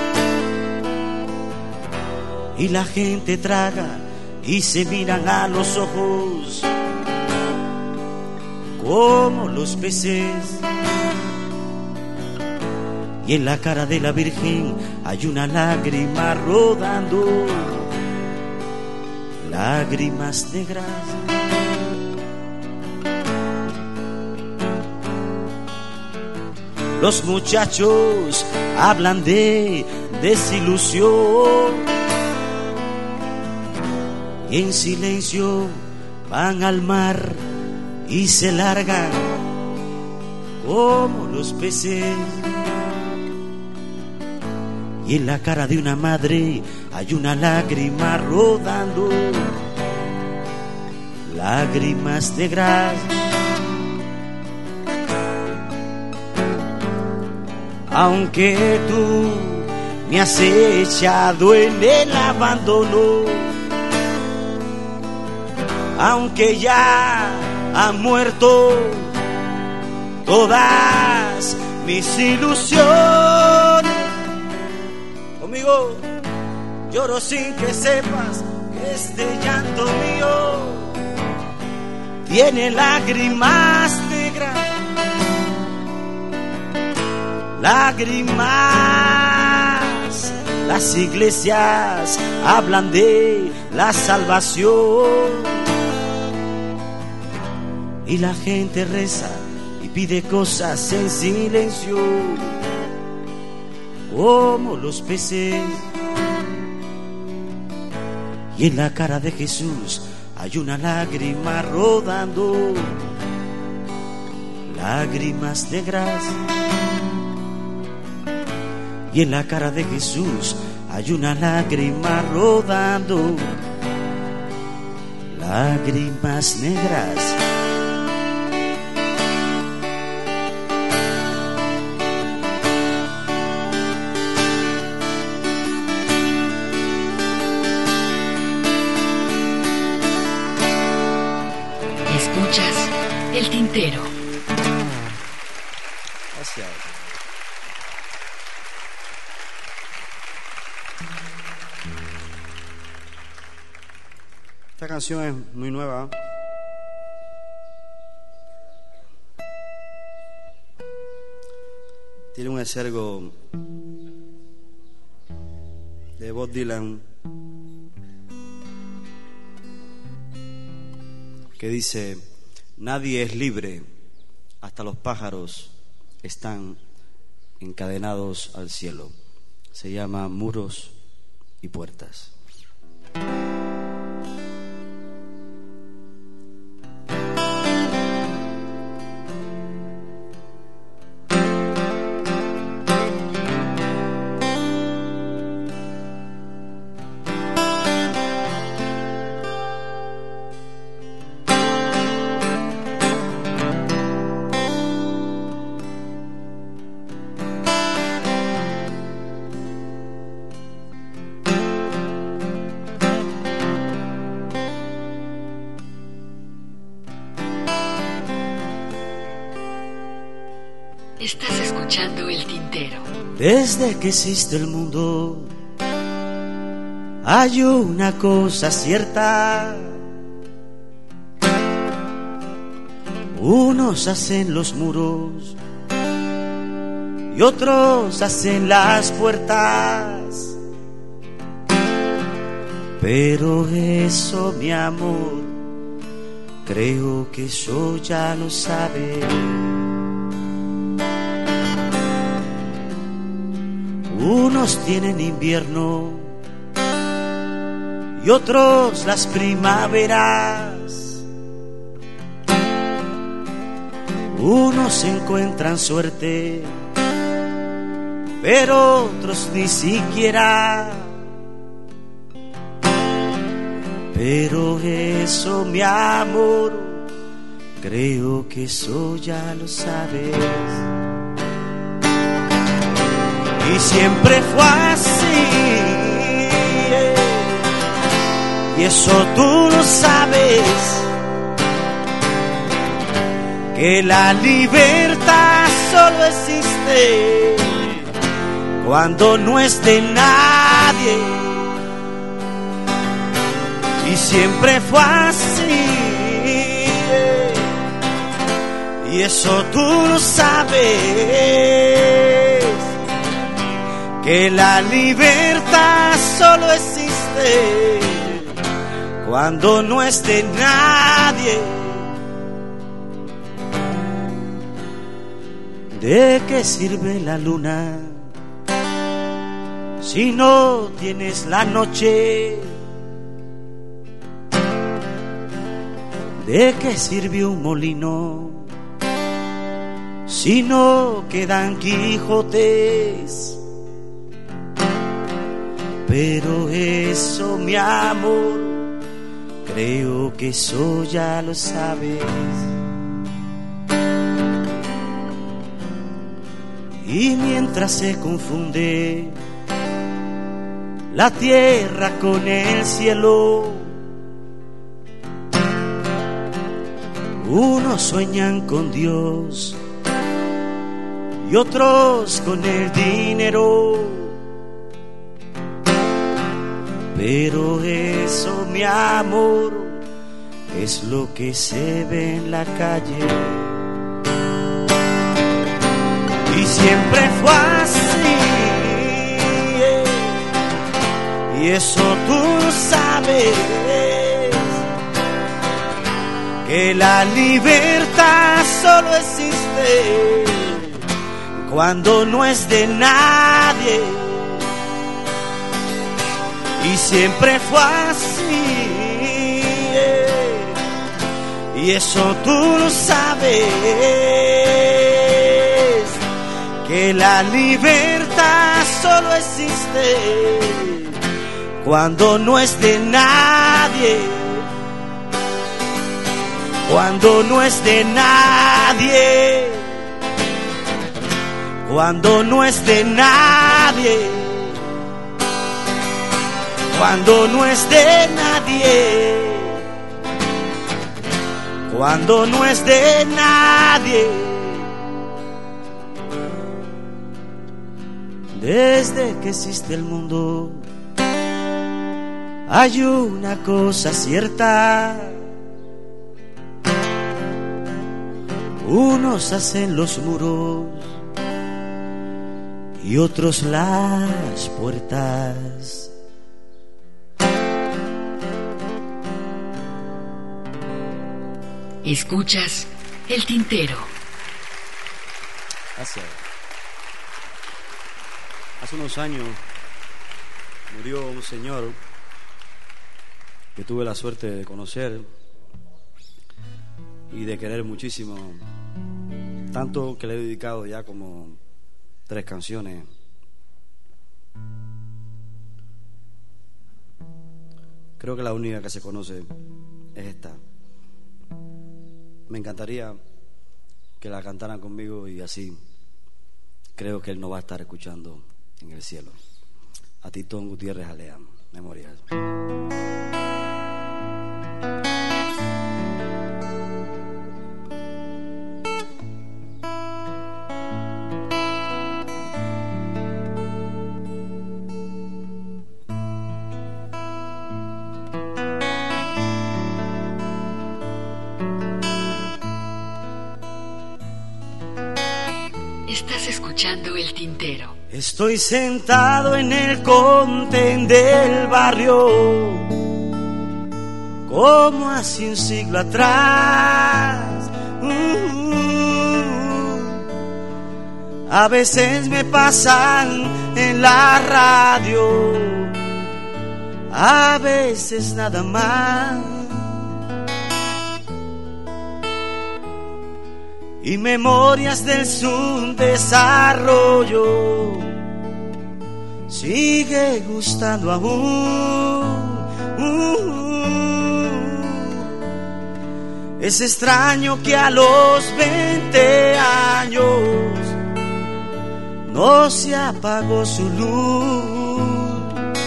y la gente traga y se miran a los ojos como los peces. Y en la cara de la Virgen hay una lágrima rodando, lágrimas negras. Los muchachos hablan de desilusión y en silencio van al mar y se largan como los peces. Y en la cara de una madre hay una lágrima rodando, lágrimas negras. Aunque tú me has echado en el abandono, aunque ya han muerto todas mis ilusiones. Conmigo, lloro sin que sepas que este llanto mío tiene lágrimas negras, lágrimas. Las iglesias hablan de la salvación y la gente reza y pide cosas en silencio, como los peces. Y en la cara de Jesús hay una lágrima rodando, lágrimas negras. Y en la cara de Jesús hay una lágrima rodando, lágrimas negras. Escuchas El Tintero. Gracias. Esta canción es muy nueva. Tiene un exergo de Bob Dylan que dice: nadie es libre, hasta los pájaros están encadenados al cielo. Se llama Muros y Puertas. Estás escuchando El Tintero. Desde que existe el mundo hay una cosa cierta: unos hacen los muros y otros hacen las puertas. Pero eso, mi amor, creo que eso ya lo sabes. Unos tienen invierno y otros las primaveras. Unos encuentran suerte, pero otros ni siquiera. Pero eso, mi amor, creo que eso ya lo sabes. Y siempre fue así, y eso tú lo sabes, que la libertad solo existe cuando no es de nadie. Y siempre fue así, y eso tú lo sabes, que la libertad solo existe cuando no es de nadie. ¿De qué sirve la luna si no tienes la noche? ¿De qué sirve un molino si no quedan Quijotes? Pero eso, mi amor, creo que eso ya lo sabes. Y mientras se confunde la tierra con el cielo, unos sueñan con Dios y otros con el dinero. Pero eso, mi amor, es lo que se ve en la calle. Y siempre fue así, y eso tú sabes, que la libertad solo existe cuando no es de nadie. Y siempre fue así, y eso tú lo sabes, que la libertad solo existe cuando no es de nadie, cuando no es de nadie, cuando no es de nadie, cuando no es de nadie, cuando no es de nadie. Desde que existe el mundo hay una cosa cierta: unos hacen los muros y otros las puertas. Escuchas El Tintero. Hace unos años murió un señor que tuve la suerte de conocer y de querer muchísimo, tanto que le he dedicado ya como 3 canciones. Creo que la única que se conoce es esta. Me encantaría que la cantaran conmigo y así creo que él no va a estar escuchando en el cielo. A Titón Gutiérrez Alea, Memorial. Estás escuchando El Tintero. Estoy sentado en el contén del barrio, como hace un siglo atrás. A veces me pasan en la radio, a veces nada más. Y memorias del subdesarrollo sigue gustando aún. Es extraño que a los 20 años no se apagó su luz.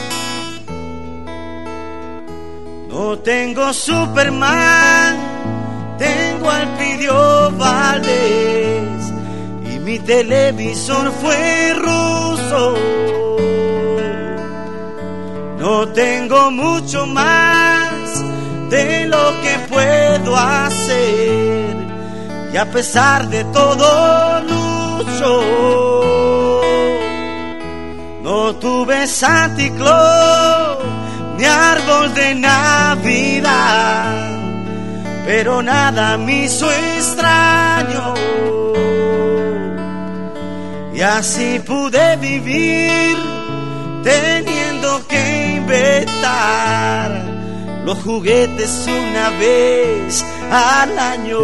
No tengo Superman, tengo al Pidio Valdés, y mi televisor fue ruso. No tengo mucho más de lo que puedo hacer, y a pesar de todo lucho. No tuve Santa Claus ni árbol de Navidad, pero nada me hizo extraño, y así pude vivir teniendo que inventar los juguetes una vez al año.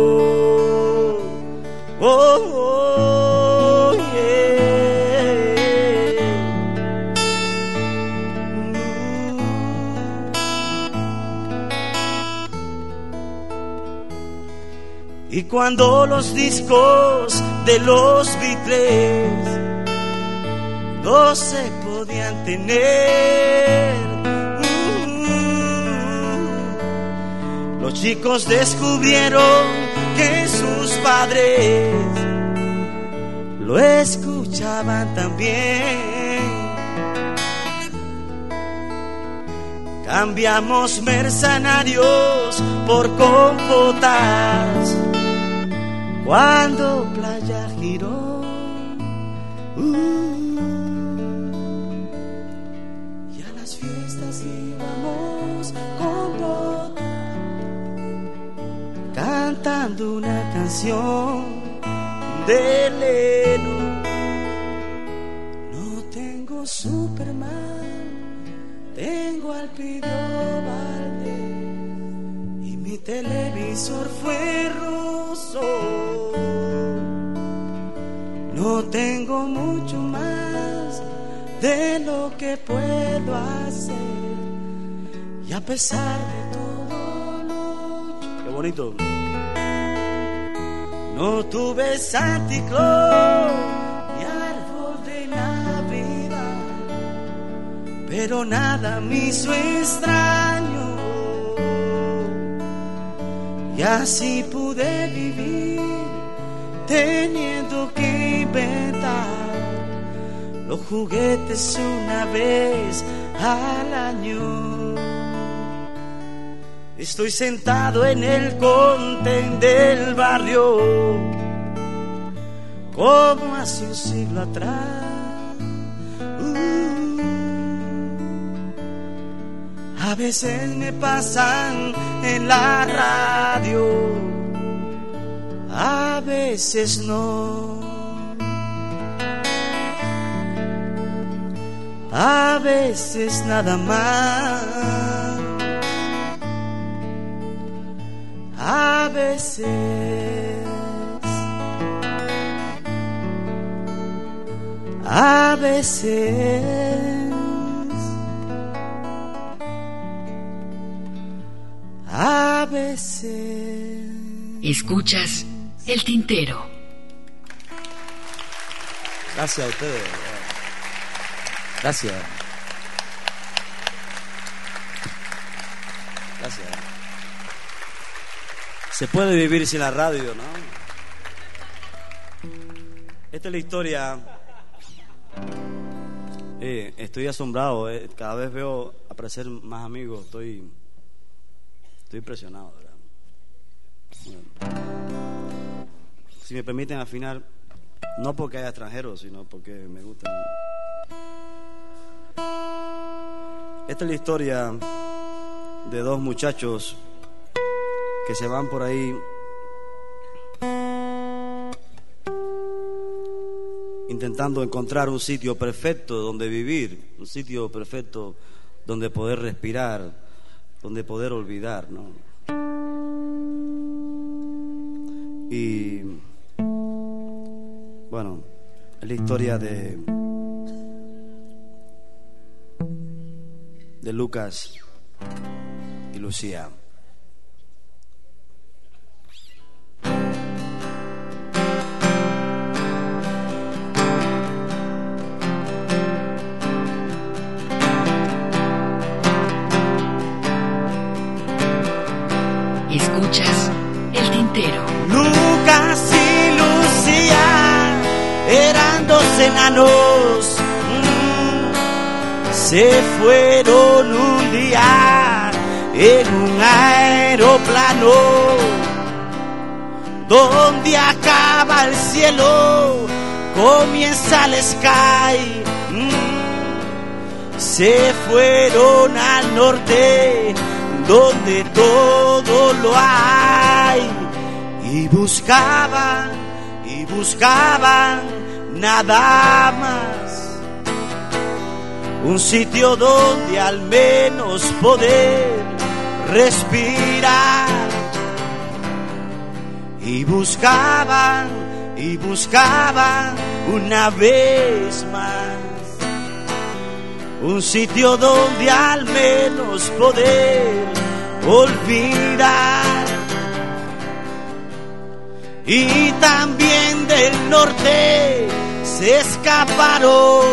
Oh, yeah. Y cuando los discos de los Beatles no se podían tener, los chicos descubrieron que sus padres lo escuchaban también. Cambiamos mercenarios por compotas cuando Playa giró. Y a las fiestas íbamos con botas, cantando una canción de Lennon. No tengo Superman, tengo al Pidio Valdés, y mi televisor fue ruso. No tengo mucho más de lo que puedo hacer, y a pesar de todo lucho. Qué bonito. No tuve Santa Claus ni árbol de Navidad, pero nada me hizo extraño, y así pude vivir teniendo que inventar los juguetes una vez al año. Estoy sentado en el contén del barrio, como hace un siglo atrás. A veces me pasan en la radio, a veces no. A veces nada más. A veces. A veces. A veces. Escuchas El Tintero. Gracias a ustedes. Gracias. Gracias. Se puede vivir sin la radio, ¿no? Esta es la historia. Estoy asombrado. Cada vez veo aparecer más amigos. Estoy impresionado, ¿verdad? Bueno. Si me permiten afinar, no porque haya extranjeros, sino porque me gustan. Esta es la historia de dos muchachos que se van por ahí intentando encontrar un sitio perfecto donde vivir, un sitio perfecto donde poder respirar, donde poder olvidar, ¿no? Y bueno, es la historia de Lucas y Lucía. Escuchas El Tintero. Lucas y Lucía eran dos enanos, se fueron un día en un aeroplano, donde acaba el cielo, comienza el sky. Se fueron al norte, donde todo lo hay, y buscaban nada más, un sitio donde al menos poder respirar. Y buscaban una vez más un sitio donde al menos poder olvidar. Y también del norte se escaparon,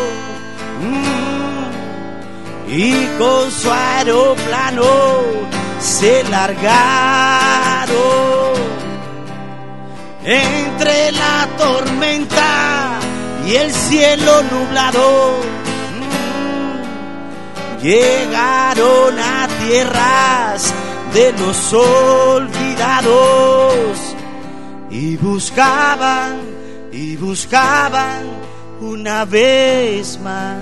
y con su aeroplano se largaron entre la tormenta y el cielo nublado. Llegaron a tierras de los olvidados y buscaban una vez más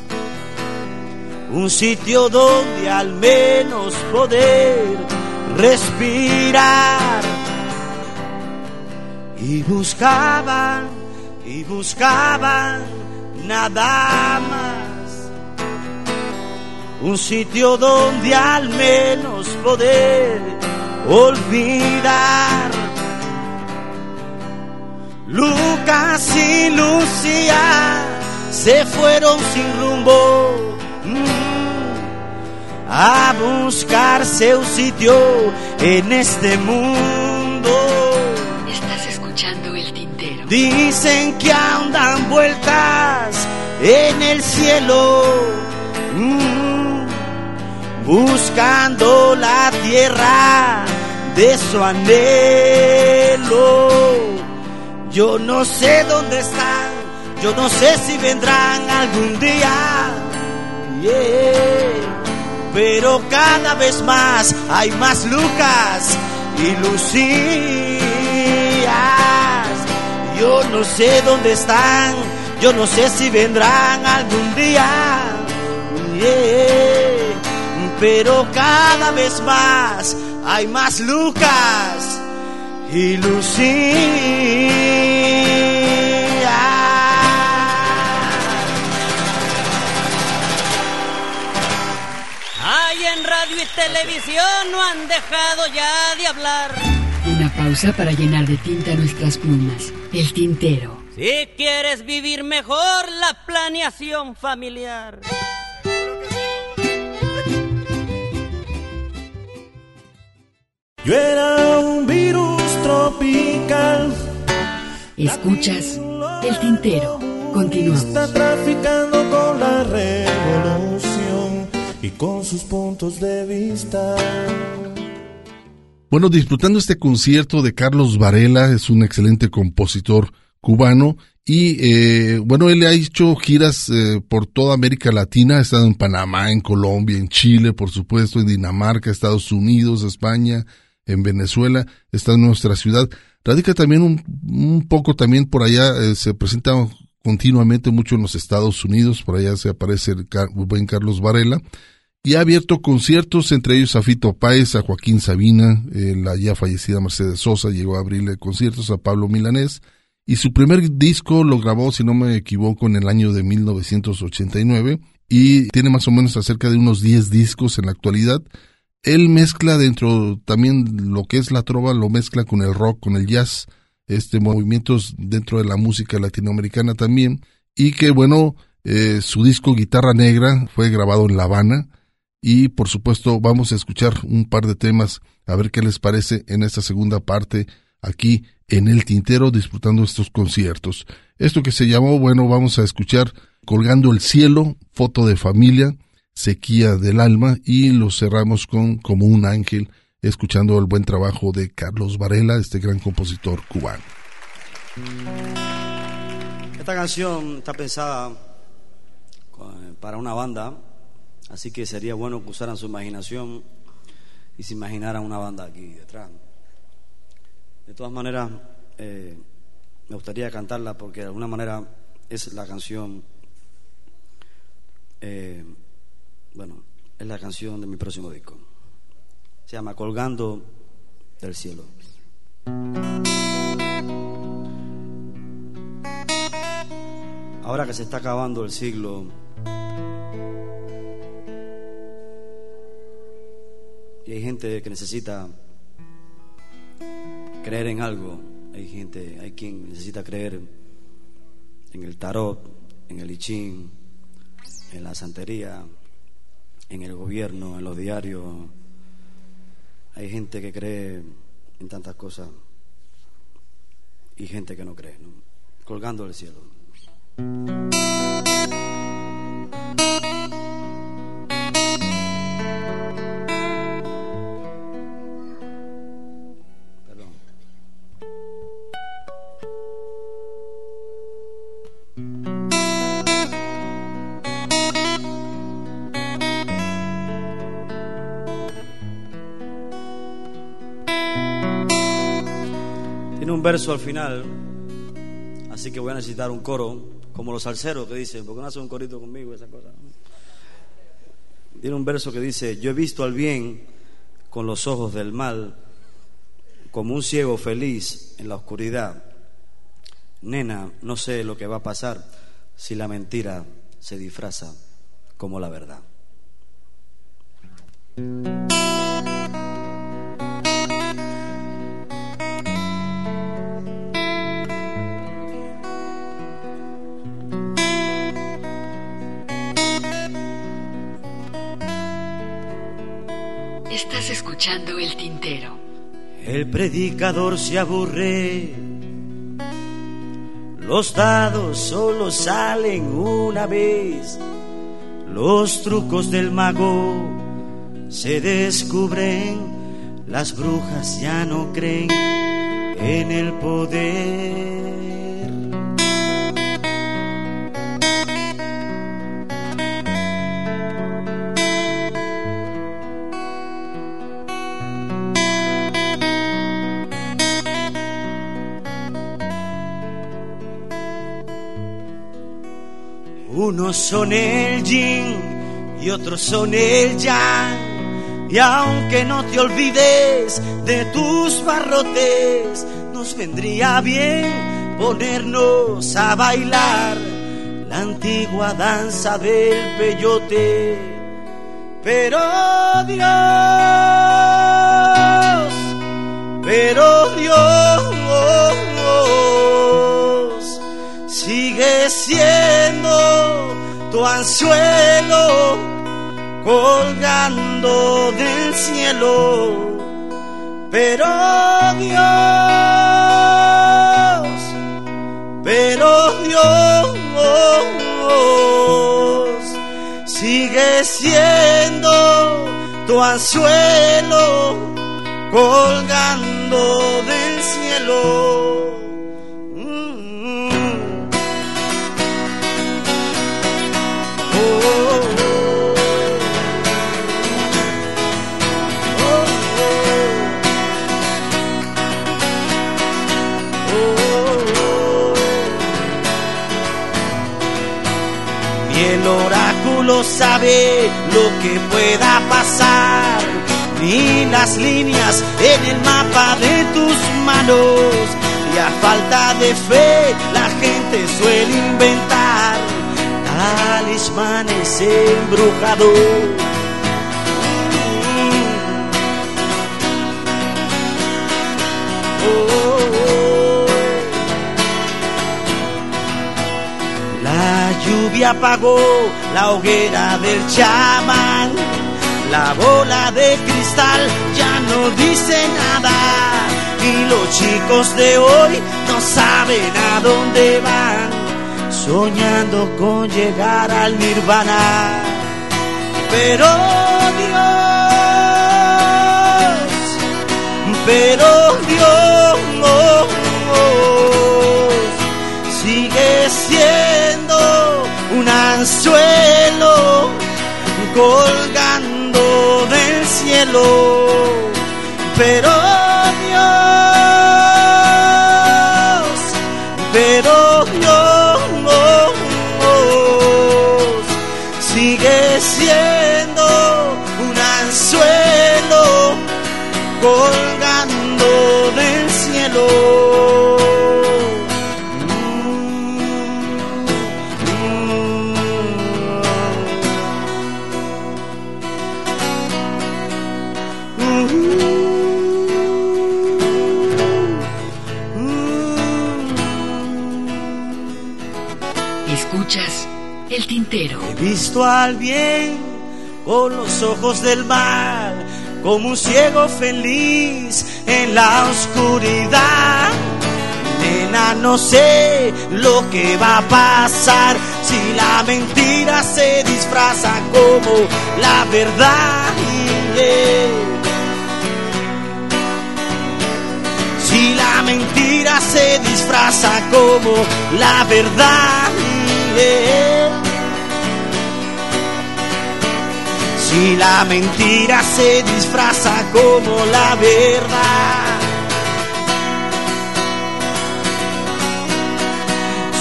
un sitio donde al menos poder respirar. Y buscaban nada más un sitio donde al menos poder olvidar. Lucas y Lucía se fueron sin rumbo a buscarse un sitio en este mundo. Estás escuchando El Tintero. Dicen que andan vueltas en el cielo, buscando la tierra de su anhelo. Yo no sé dónde están, yo no sé si vendrán algún día, pero cada vez más hay más Lucas y Lucías. Yo no sé dónde están, yo no sé si vendrán algún día, pero cada vez más hay más Lucas y Lucías. Ay, en radio y televisión no han dejado ya de hablar. Una pausa para llenar de tinta nuestras plumas. El Tintero. Si quieres vivir mejor, la planeación familiar. Yo era un virus tropical. Escuchas El Tintero. Continuamos. Está traficando con la revolución y con sus puntos de vista. Bueno, disfrutando este concierto de Carlos Varela, es un excelente compositor cubano y bueno, él ha hecho giras por toda América Latina, ha estado en Panamá, en Colombia, en Chile, por supuesto, en Dinamarca, Estados Unidos, España, en Venezuela, está en nuestra ciudad, radica también un poco también por allá, se presenta continuamente mucho en los Estados Unidos, por allá se aparece el buen Carlos Varela, y ha abierto conciertos, entre ellos a Fito Páez, a Joaquín Sabina, la ya fallecida Mercedes Sosa llegó a abrirle conciertos, a Pablo Milanés, y su primer disco lo grabó, si no me equivoco, en el año de 1989, y tiene más o menos acerca de unos 10 discos en la actualidad. Él mezcla dentro también lo que es la trova, lo mezcla con el rock, con el jazz, movimientos dentro de la música latinoamericana también, y que bueno, su disco Guitarra Negra fue grabado en La Habana, y por supuesto vamos a escuchar un par de temas, a ver qué les parece en esta segunda parte, aquí en El Tintero, disfrutando estos conciertos. Esto que se llamó, bueno, vamos a escuchar Colgando el Cielo, Foto de Familia, Sequía del Alma, y lo cerramos con Como un Ángel, escuchando el buen trabajo de Carlos Varela, este gran compositor cubano. Esta canción está pensada para una banda, así que sería bueno que usaran su imaginación y se imaginaran una banda aquí detrás. De todas maneras, me gustaría cantarla porque de alguna manera es la canción, bueno, es la canción de mi próximo disco. Se llama Colgando del Cielo. Ahora que se está acabando el siglo y hay gente que necesita creer en algo, hay quien necesita creer en el tarot, en el I Ching, en la santería, en el gobierno, en los diarios. Hay gente que cree en tantas cosas y gente que no cree, ¿no? Colgando del cielo. Perdón. Tiene un verso al final, así que voy a necesitar un coro, como los salseros que dicen, ¿por qué no hacen un corito conmigo? Esa cosa. Tiene un verso que dice: yo he visto al bien con los ojos del mal, como un ciego feliz en la oscuridad. Nena, no sé lo que va a pasar si la mentira se disfraza como la verdad. Estás escuchando El Tintero. El predicador se aburre, los dados solo salen una vez, los trucos del mago se descubren, las brujas ya no creen en el poder. Unos son el yin y otros son el yang, y aunque no te olvides de tus barrotes, nos vendría bien ponernos a bailar la antigua danza del peyote. Pero Dios sigue siendo tu anzuelo colgando del cielo. Pero Dios sigue siendo tu anzuelo colgando del cielo. Ni el oráculo sabe lo que pueda pasar, ni las líneas en el mapa de tus manos. Y a falta de fe la gente suele inventar talismanes embrujados. La lluvia apagó la hoguera del chamán, la bola de cristal ya no dice nada, y los chicos de hoy no saben a dónde van, soñando con llegar al nirvana. Pero Dios sigue siendo un anzuelo colgando del cielo. Pero Dios sigue siendo un anzuelo colgando del cielo. Escuchas El Tintero. He visto al bien con los ojos del mal, como un ciego feliz en la oscuridad. Nena, no sé lo que va a pasar si la mentira se disfraza como la verdad. Si la mentira se disfraza como la verdad. Si la mentira se disfraza como la verdad.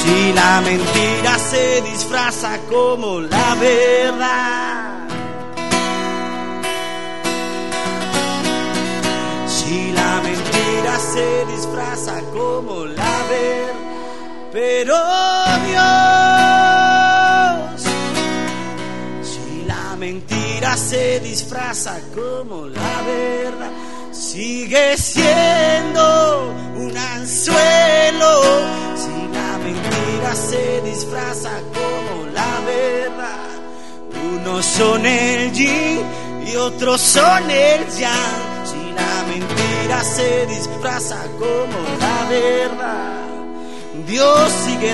Si la mentira se disfraza como la verdad, si la mentira se disfraza como la verdad, pero Dios, si la mentira se disfraza como la verdad, sigue siendo un anzuelo. Si la mentira se disfraza como la verdad, unos son el yin y otros son el yang. Si la mentira se disfraza como la verdad, Dios sigue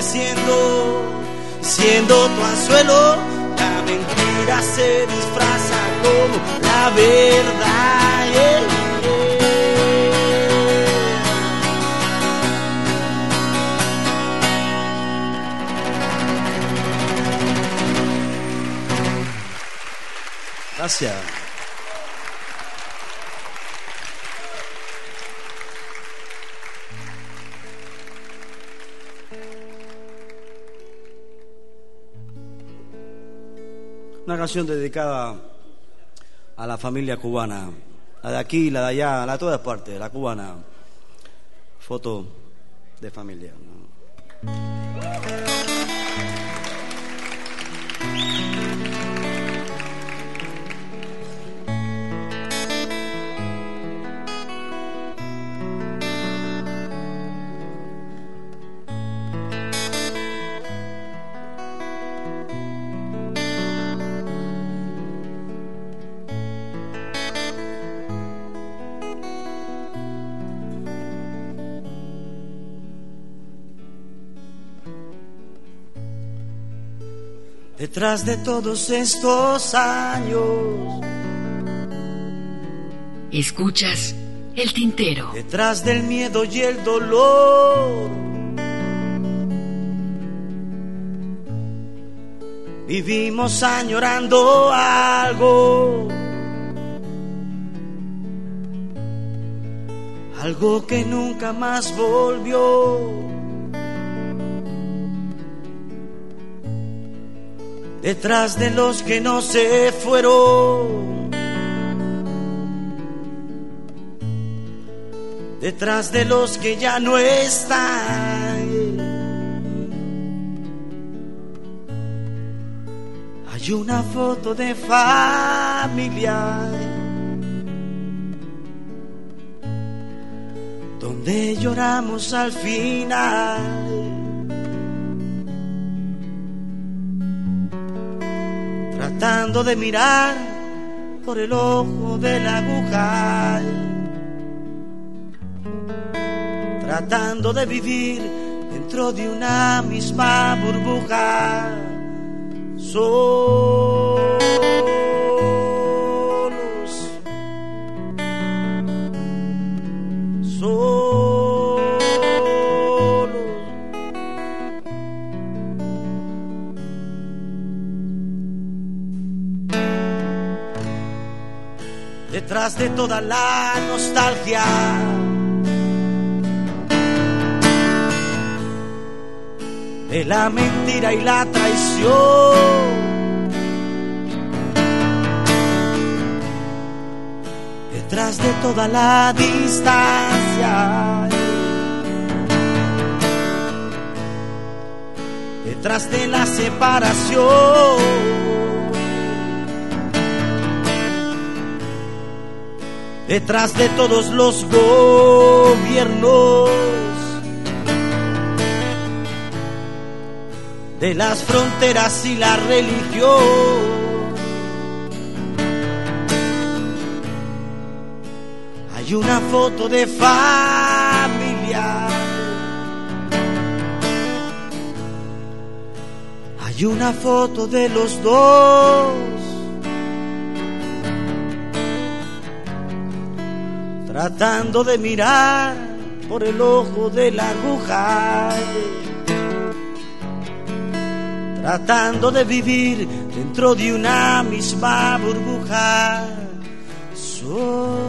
siendo tu anzuelo. La mentira se disfraza como la verdad. Gracias. Una canción dedicada a la familia cubana, la de aquí, la de allá, la de todas partes, la cubana. Foto de familia, ¿no? Detrás de todos estos años, escuchas El Tintero. Detrás del miedo y el dolor, vivimos añorando algo, algo que nunca más volvió. Detrás de los que no se fueron, detrás de los que ya no están, hay una foto de familia donde lloramos al final, tratando de mirar por el ojo de la aguja, tratando de vivir dentro de una misma burbuja, solos, detrás de toda la nostalgia, de la mentira y la traición, detrás de toda la distancia, detrás de la separación, detrás de todos los gobiernos, de las fronteras y la religión, hay una foto de familia, hay una foto de los dos, tratando de mirar por el ojo de la aguja, tratando de vivir dentro de una misma burbuja, solo,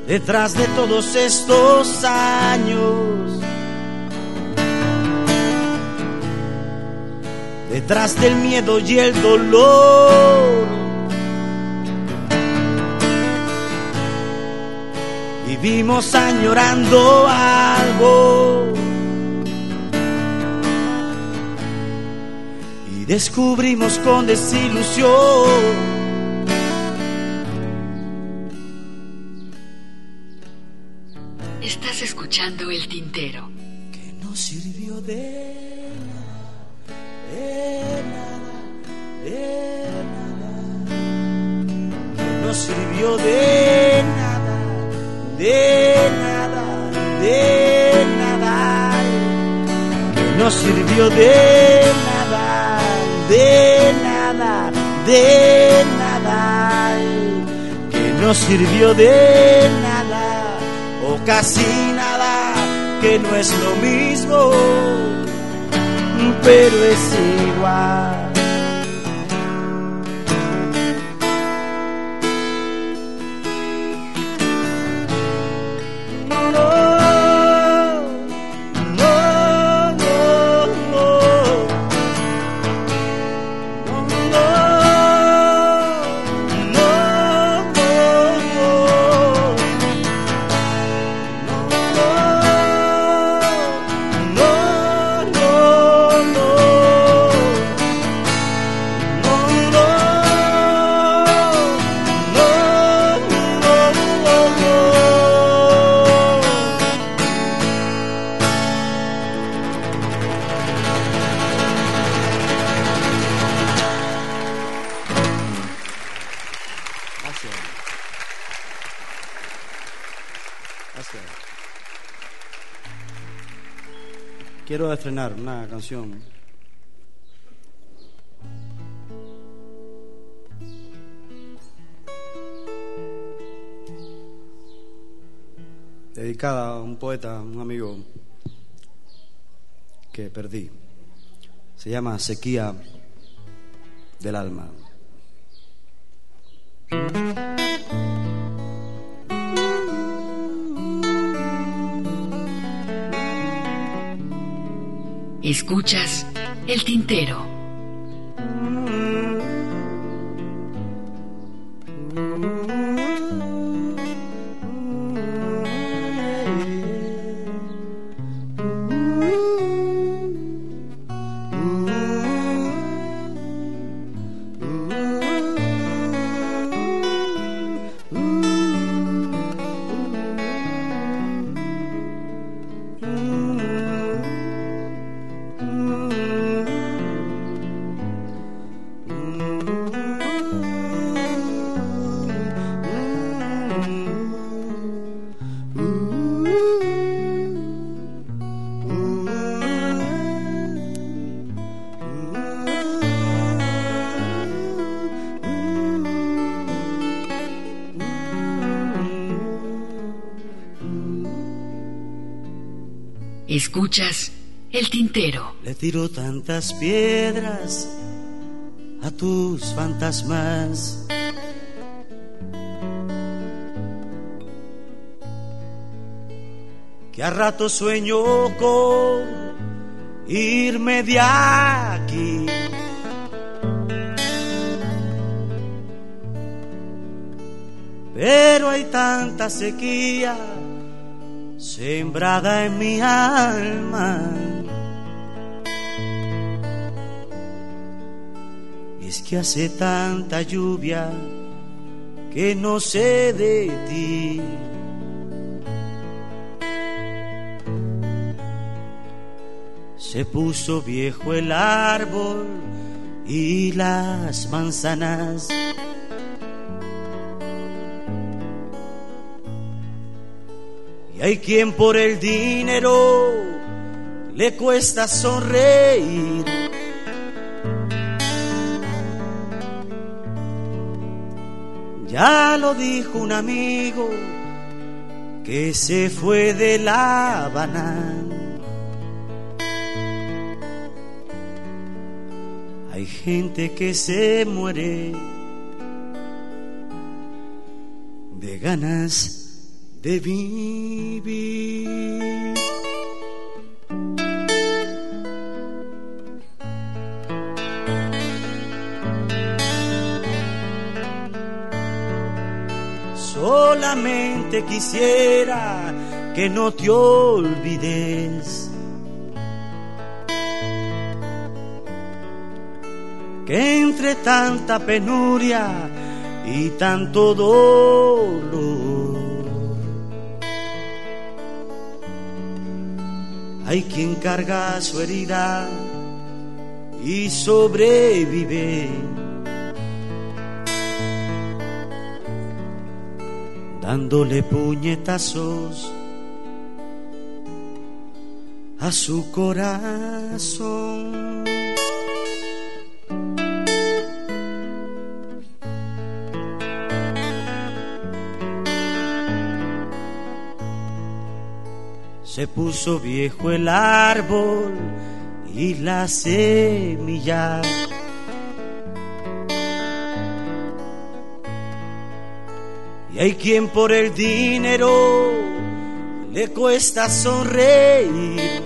detrás de todos estos años, detrás del miedo y el dolor, vivimos añorando algo y descubrimos con desilusión Estás escuchando El Tintero. que no sirvió de nada, que no sirvió de nada, que no sirvió de nada, que no sirvió de nada, o casi nada, que no es lo mismo, pero es igual. Quiero estrenar una canción dedicada a un poeta, un amigo que perdí. Se llama Sequía del Alma. Escuchas El Tintero. Escuchas El Tintero. Le tiro tantas piedras a tus fantasmas, que a rato sueño con irme de aquí. Pero hay tanta sequía sembrada en mi alma, y es que hace tanta lluvia que no sé de ti. Se puso viejo el árbol y las manzanas, y hay quien por el dinero le cuesta sonreír. Ya lo dijo un amigo que se fue de La Habana. Hay gente que se muere de ganas de vivir. Solamente quisiera que no te olvides, que entre tanta penuria y tanto dolor hay quien carga su herida y sobrevive, dándole puñetazos a su corazón. Se puso viejo el árbol y la semilla, y hay quien por el dinero le cuesta sonreír.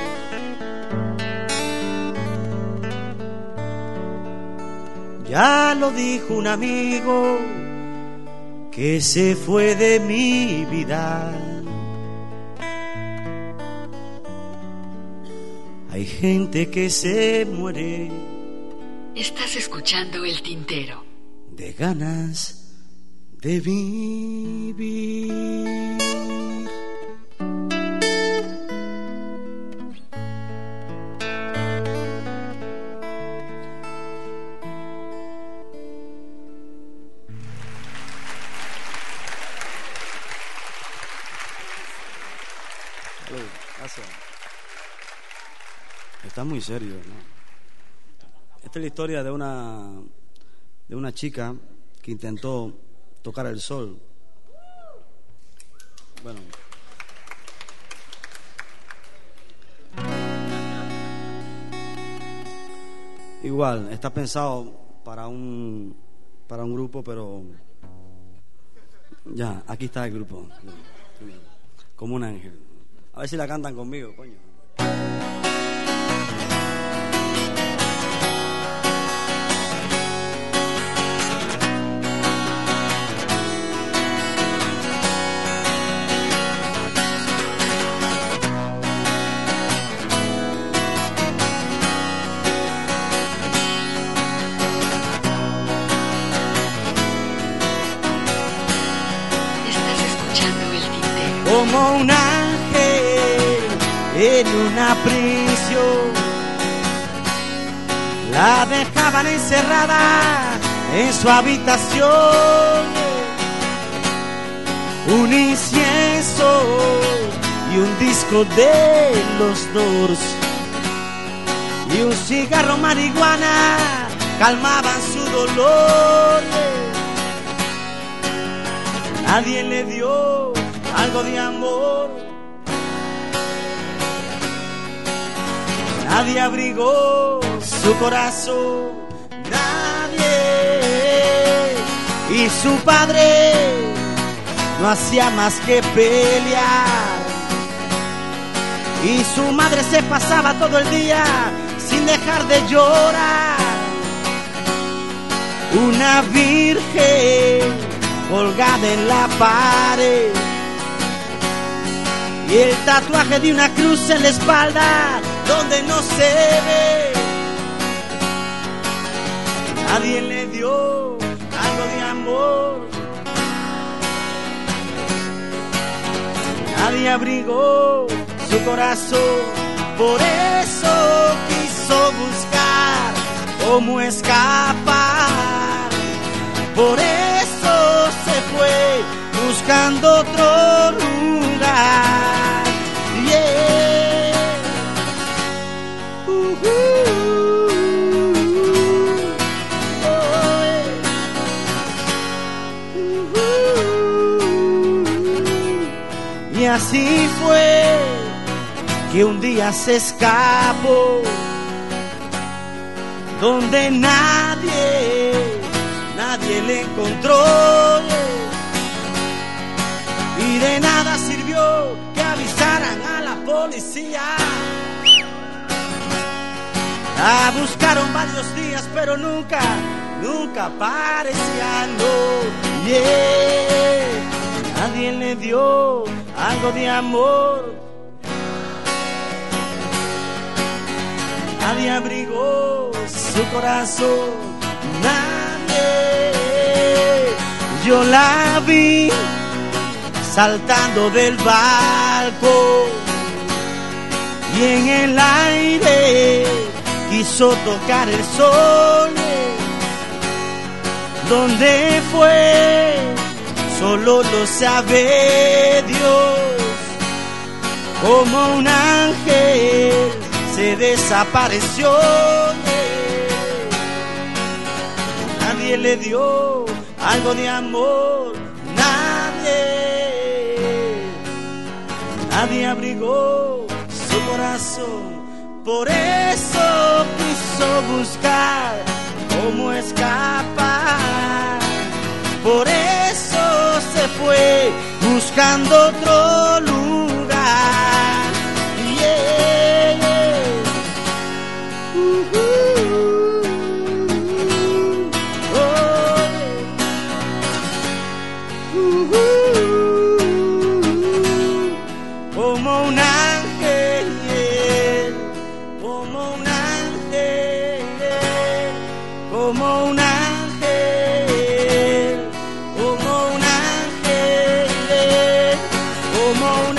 Ya lo dijo un amigo que se fue de mi vida. Hay gente que se muere. Estás escuchando El Tintero. De ganas de vivir. Gracias. Está muy serio, ¿no? Esta es la historia de una chica que intentó tocar el sol. Bueno, igual está pensado para un grupo, pero ya, aquí está el grupo, como un ángel. A ver si la cantan conmigo, coño. Como un ángel en una prisión, la dejaban encerrada en su habitación. Un incienso y un disco de los Doors y un cigarro marihuana calmaban su dolor. Nadie le dio algo de amor, nadie abrigó su corazón, nadie. Y su padre no hacía más que pelear, y su madre se pasaba todo el día sin dejar de llorar. Una virgen colgada en la pared y el tatuaje de una cruz en la espalda donde no se ve. Nadie le dio algo de amor, nadie abrigó su corazón. Por eso quiso buscar cómo escapar, por eso se fue buscando otro lugar. Y así fue que un día se escapó donde nadie le encontró, y de nada sirvió que avisaran a la policía. La buscaron varios días, pero nunca aparecía, no, yeah. Nadie le dio algo de amor, nadie abrigó su corazón, nadie. Yo la vi saltando del barco y en el aire quiso tocar el sol. ¿Dónde fue? Solo lo sabe Dios. Como un ángel se desapareció. Nadie le dio algo de amor, nadie abrigó su corazón. Por eso quiso buscar cómo escapar. Por eso se fue buscando otro lugar. Yeah, yeah. Como un ángel, yeah. Como un ángel, yeah. Como un ángel, como un ángel, yeah. Como un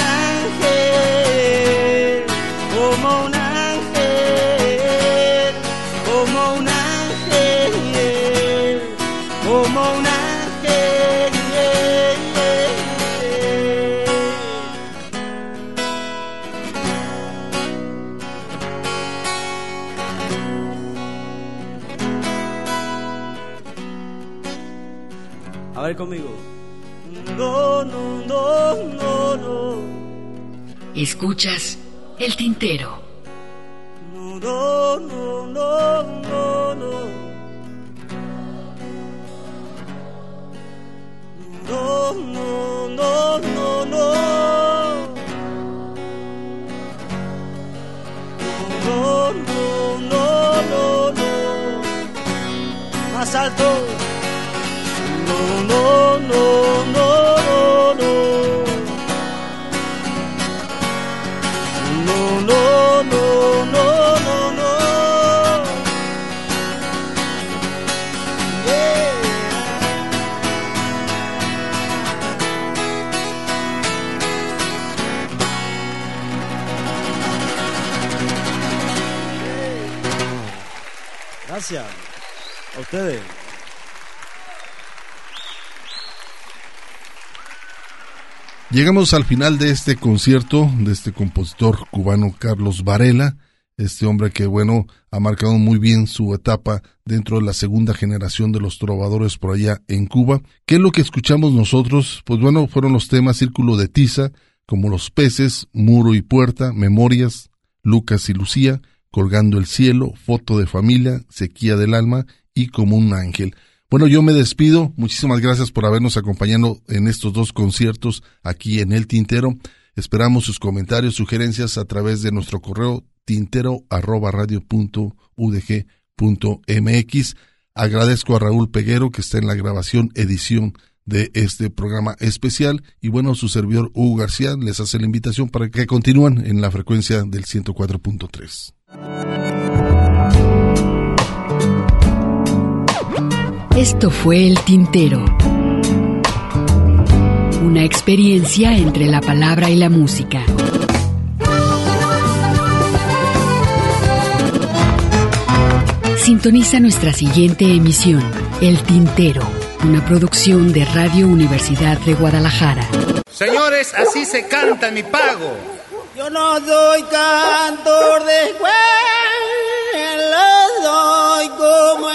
ángel, como un ángel, como un ángel, yeah. Como un ángel. A ver conmigo. No, no, no, no, no. Escuchas El Tintero. No, no, no, no, no, no. No, no, no, no, no. No, no, no, no, no. Más alto. No, no, no, no, no. No, no, no, no, no, no. Yeah. Gracias a ustedes. Llegamos al final de este concierto de este compositor cubano Carlos Varela, este hombre que, bueno, ha marcado muy bien su etapa dentro de la segunda generación de los trovadores por allá en Cuba. ¿Qué es lo que escuchamos nosotros? Pues bueno, fueron los temas Círculo de Tiza, como Los Peces, Muro y Puerta, Memorias, Lucas y Lucía, Colgando el Cielo, Foto de Familia, Sequía del Alma y Como un Ángel. Bueno, yo me despido. Muchísimas gracias por habernos acompañado en estos dos conciertos aquí en El Tintero. Esperamos sus comentarios, sugerencias a través de nuestro correo tintero@radio.udg.mx. Agradezco a Raúl Peguero, que está en la grabación, edición de este programa especial. Y bueno, su servidor Hugo García les hace la invitación para que continúen en la frecuencia del 104.3. Esto fue El Tintero. Una experiencia entre la palabra y la música. Sintoniza nuestra siguiente emisión, El Tintero, una producción de Radio Universidad de Guadalajara. Señores, así se canta en mi pago. Yo no soy cantor de escuela, soy como